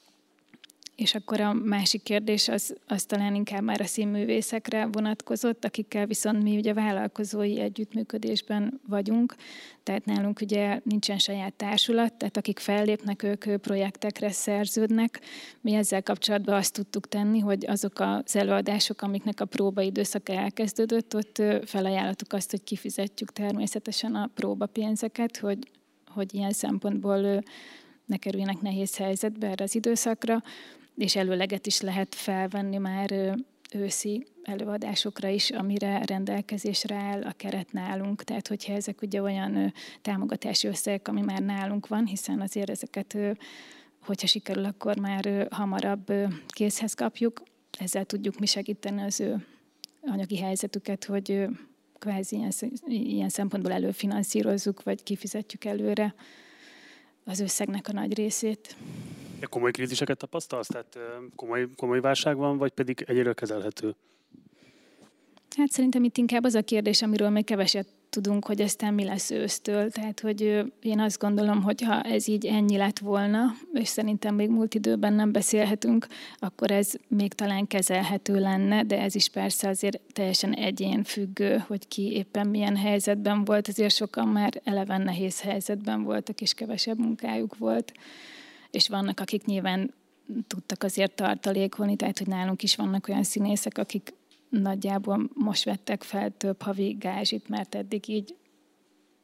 És akkor a másik kérdés az, az talán inkább már a színművészekre vonatkozott, akikkel viszont mi ugye vállalkozói együttműködésben vagyunk, tehát nálunk ugye nincsen saját társulat, tehát akik fellépnek, ők projektekre szerződnek. Mi ezzel kapcsolatban azt tudtuk tenni, hogy azok az előadások, amiknek a próbaidőszaka elkezdődött, ott felajánlottuk azt, hogy kifizetjük természetesen a próbapénzeket, hogy, hogy ilyen szempontból ne kerüljenek nehéz helyzetbe erre az időszakra, és előleget is lehet felvenni már őszi előadásokra is, amire rendelkezésre áll a keret nálunk. Tehát, hogyha ezek ugye olyan támogatási összegek, ami már nálunk van, hiszen azért ezeket, hogyha sikerül, akkor már hamarabb készhez kapjuk. Ezzel tudjuk mi segíteni az ő anyagi helyzetüket, hogy kvázi ilyen, ilyen szempontból előfinanszírozzuk, vagy kifizetjük előre az összegnek a nagy részét. De komoly kríziseket tapasztalsz? Tehát komoly, komoly válság van, vagy pedig egyre kezelhető? Hát szerintem itt inkább az a kérdés, amiről még keveset tudunk, hogy aztán mi lesz ősztől. Tehát, hogy én azt gondolom, hogy ha ez így ennyi lett volna, és szerintem még múlt időben nem beszélhetünk, akkor ez még talán kezelhető lenne, de ez is persze azért teljesen egyén függő, hogy ki éppen milyen helyzetben volt. Azért sokan már eleven nehéz helyzetben voltak, és kevesebb munkájuk volt. És vannak, akik nyilván tudtak azért tartalékolni, tehát, hogy nálunk is vannak olyan színészek, akik nagyjából most vettek fel több havi gázsit, mert eddig így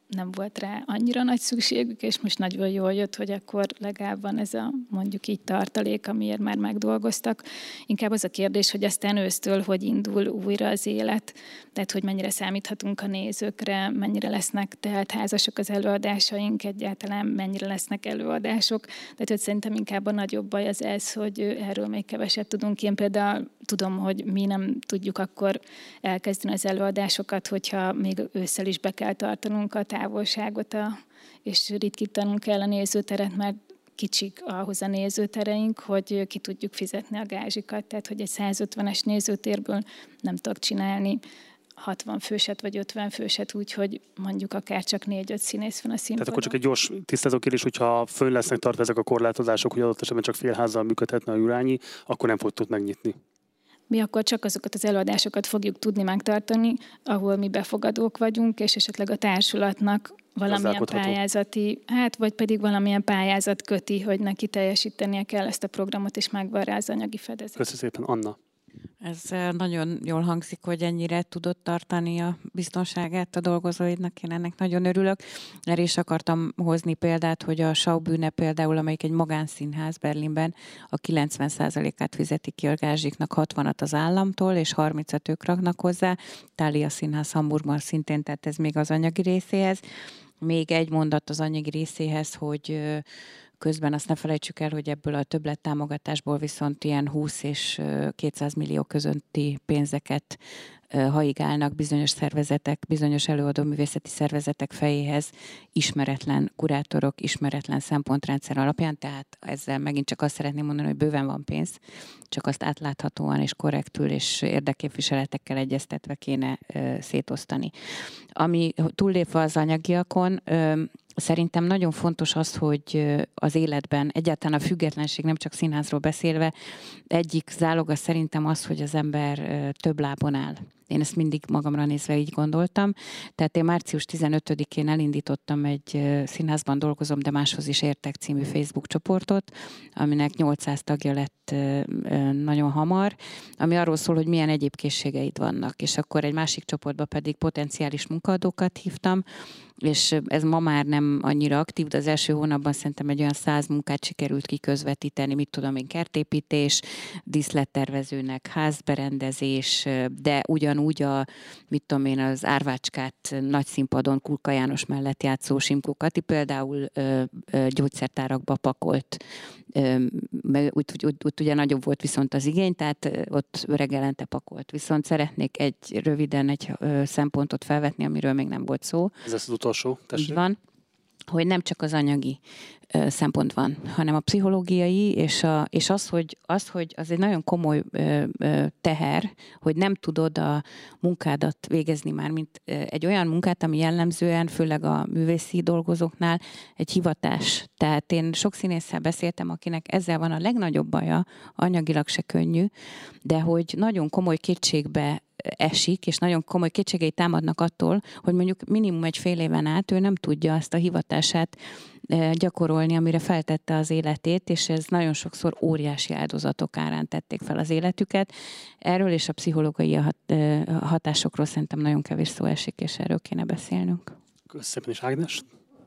nem volt rá annyira nagy szükségük, és most nagyon jól jött, hogy akkor legalább van ez a mondjuk így tartalék, amiért már megdolgoztak. Inkább az a kérdés, hogy aztán ősztől hogy indul újra az élet, tehát hogy mennyire számíthatunk a nézőkre, mennyire lesznek teltházasok az előadásaink, egyáltalán mennyire lesznek előadások. Tehát hogy szerintem inkább a nagyobb baj az ez, hogy erről még keveset tudunk. Én például tudom, hogy mi nem tudjuk akkor elkezdeni az előadásokat, hogyha még ősszel is be kell tartanunk a távolságot, a, és ritkítanunk kell a nézőteret, mert kicsik ahhoz a nézőtereink, hogy ki tudjuk fizetni a gázsikat. Tehát, hogy egy százötvenes nézőtérből nem tudok csinálni hatvan főset vagy ötven főset, úgyhogy mondjuk akár csak négy-öt színész van a színpadon. Tehát akkor csak egy gyors tisztázó kérdés, hogyha fönn lesznek tartva ezek a korlátozások, hogy adott esetben csak félházzal működhetne a Jurányi, akkor nem fog tudni megnyitni. Mi akkor csak azokat az előadásokat fogjuk tudni megtartani, ahol mi befogadók vagyunk, és esetleg a társulatnak valamilyen pályázati, hát vagy pedig valamilyen pályázat köti, hogy neki teljesítenie kell ezt a programot, és megvan rá az anyagi fedezet. Köszönöm szépen, Anna. Ez nagyon jól hangzik, hogy ennyire tudod tartani a biztonságát a dolgozóidnak, én ennek nagyon örülök. Erre is akartam hozni példát, hogy a Schaubühne például, amelyik egy magánszínház Berlinben, a kilencven százalékát fizeti ki a gázsiknak, hatvanat az államtól, és harmincat ők raknak hozzá. Thália Színház Hamburgban szintén, tehát ez még az anyagi részéhez. Még egy mondat az anyagi részéhez, hogy közben azt ne felejtsük el, hogy ebből a többlettámogatásból viszont ilyen húsz és kétszáz millió közötti pénzeket haigálnak bizonyos szervezetek, bizonyos előadóművészeti szervezetek fejéhez ismeretlen kurátorok, ismeretlen szempontrendszer alapján, tehát ezzel megint csak azt szeretném mondani, hogy bőven van pénz, csak azt átláthatóan és korrektül és érdekképviseletekkel egyeztetve kéne ö, szétosztani. Ami túllépve az anyagiakon, ö, szerintem nagyon fontos az, hogy az életben egyáltalán a függetlenség, nem csak színházról beszélve, egyik záloga szerintem az, hogy az ember több lábon áll. Én ezt mindig magamra nézve így gondoltam. Tehát én március tizenötödikén elindítottam egy Színházban dolgozom, de máshoz is értek című Facebook csoportot, aminek nyolcszáz tagja lett nagyon hamar, ami arról szól, hogy milyen egyéb készségeid vannak. És akkor egy másik csoportba pedig potenciális munkaadókat hívtam, és ez ma már nem annyira aktív, de az első hónapban szerintem egy olyan száz munkát sikerült kiközvetíteni, mit tudom én, kertépítés, díszlettervezőnek, házberendezés, de ugyanúgy a, mit tudom én, az Árvácskát nagy színpadon Kulka János mellett játszó Simko Kati például ö, ö, gyógyszertárakba pakolt, ö, úgy, úgy, úgy ugye nagyobb volt viszont az igény, tehát ott reggelente pakolt. Viszont szeretnék egy röviden egy ö, szempontot felvetni, amiről még nem volt szó. Ez az utolsó, tessék. Így van, hogy nem csak az anyagi ö, szempont van, hanem a pszichológiai, és, a, és az, hogy, az, hogy az egy nagyon komoly ö, ö, teher, hogy nem tudod a munkádat végezni már, mint ö, egy olyan munkát, ami jellemzően, főleg a művészi dolgozóknál egy hivatás. Tehát én sok színésszel beszéltem, akinek ezzel van a legnagyobb baja, anyagilag se könnyű, de hogy nagyon komoly kétségbe esik, és nagyon komoly kétségei támadnak attól, hogy mondjuk minimum egy fél éven át ő nem tudja azt a hivatását gyakorolni, amire feltette az életét, és ez nagyon sokszor óriási áldozatok árán tették fel az életüket. Erről és a pszichológiai hatásokról szerintem nagyon kevés szó esik, és erről kéne beszélnünk. Köszönöm, és Ágnes?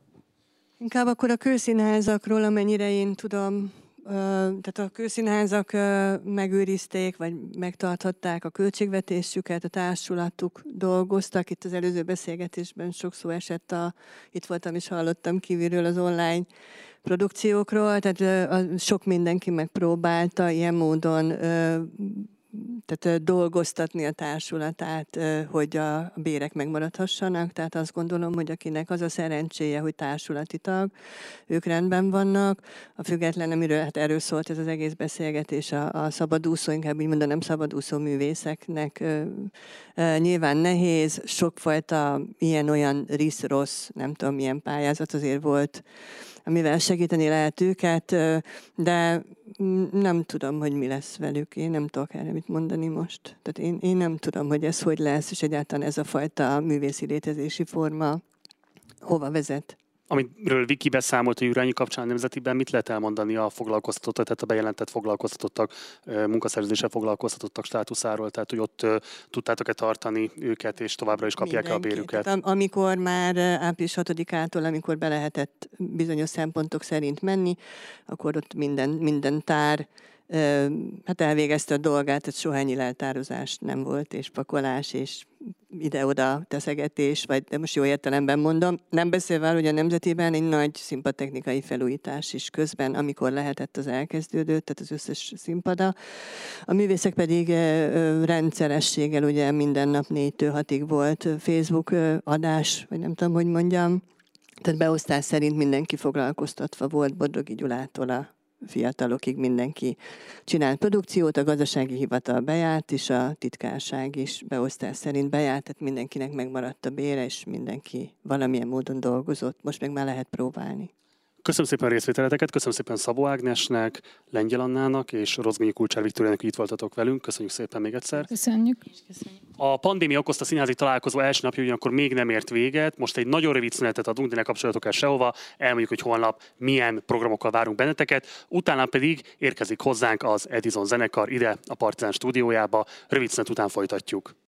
Inkább akkor a kőszínházakról, amennyire én tudom, tehát a kőszínházak megőrizték, vagy megtarthatták a költségvetésüket, a társulatuk dolgoztak. Itt az előző beszélgetésben sok szó esett, a, itt voltam és hallottam kívülről az online produkciókról, tehát a, sok mindenki megpróbálta ilyen módon tehát dolgoztatni a társulatát, hogy a bérek megmaradhassanak. Tehát azt gondolom, hogy akinek az a szerencséje, hogy társulati tag, ők rendben vannak. A független, amiről hát erről szólt ez az egész beszélgetés, a, a szabadúszó, inkább így mondanám, szabadúszó művészeknek ö, ö, nyilván nehéz, sokfajta ilyen-olyan risz-rossz, nem tudom milyen pályázat azért volt, amivel segíteni lehet őket, de nem tudom, hogy mi lesz velük. Én nem tudok erre mit mondani most. Tehát én, én nem tudom, hogy ez hogy lesz, és egyáltalán ez a fajta művészi létezési forma hova vezet. Amiről Viki beszámolt a Jurányi kapcsán nemzetiben, mit lehet elmondani a foglalkoztatottak, tehát a bejelentett foglalkoztatottak, munkaszerződéssel foglalkoztatottak státuszáról, tehát hogy ott tudtátok-e tartani őket, és továbbra is kapják el a bérüket? Tehát, amikor már április hatodikától, amikor be lehetett bizonyos szempontok szerint menni, akkor ott minden, minden tár hát elvégezte a dolgát, tehát sohányi leltározás nem volt, és pakolás, és ide-oda teszegetés, vagy de most jó értelemben mondom. Nem beszélve, hogy a Nemzetiben egy nagy színpadtechnikai felújítás is közben, amikor lehetett, az elkezdődött, tehát az összes színpada. A művészek pedig rendszerességgel ugye minden nap négytől hatig volt Facebook adás, vagy nem tudom, hogy mondjam. Tehát beosztás szerint mindenki foglalkoztatva volt, Bodrogi Gyulától a fiatalokig mindenki csinált produkciót, a gazdasági hivatal bejárt, és a titkárság is beosztás szerint bejárt, tehát mindenkinek megmaradt a bére, és mindenki valamilyen módon dolgozott. Most meg már lehet próbálni. Köszönöm szépen a részvételeteket, köszönöm szépen Szabó Ágnesnek, Lengyel Annának és Rozgonyi Kulcsár Viktóriának, hogy itt voltatok velünk. Köszönjük szépen még egyszer. Köszönjük. A pandémia okozta színházi találkozó első napja ugyanakkor még nem ért véget. Most egy nagyon rövid szünetet adunk, de ne kapcsolatok el sehova. Elmondjuk, hogy holnap milyen programokkal várunk benneteket. Utána pedig érkezik hozzánk az Edison zenekar ide a Partizán stúdiójába. Rövid szünet után folytatjuk.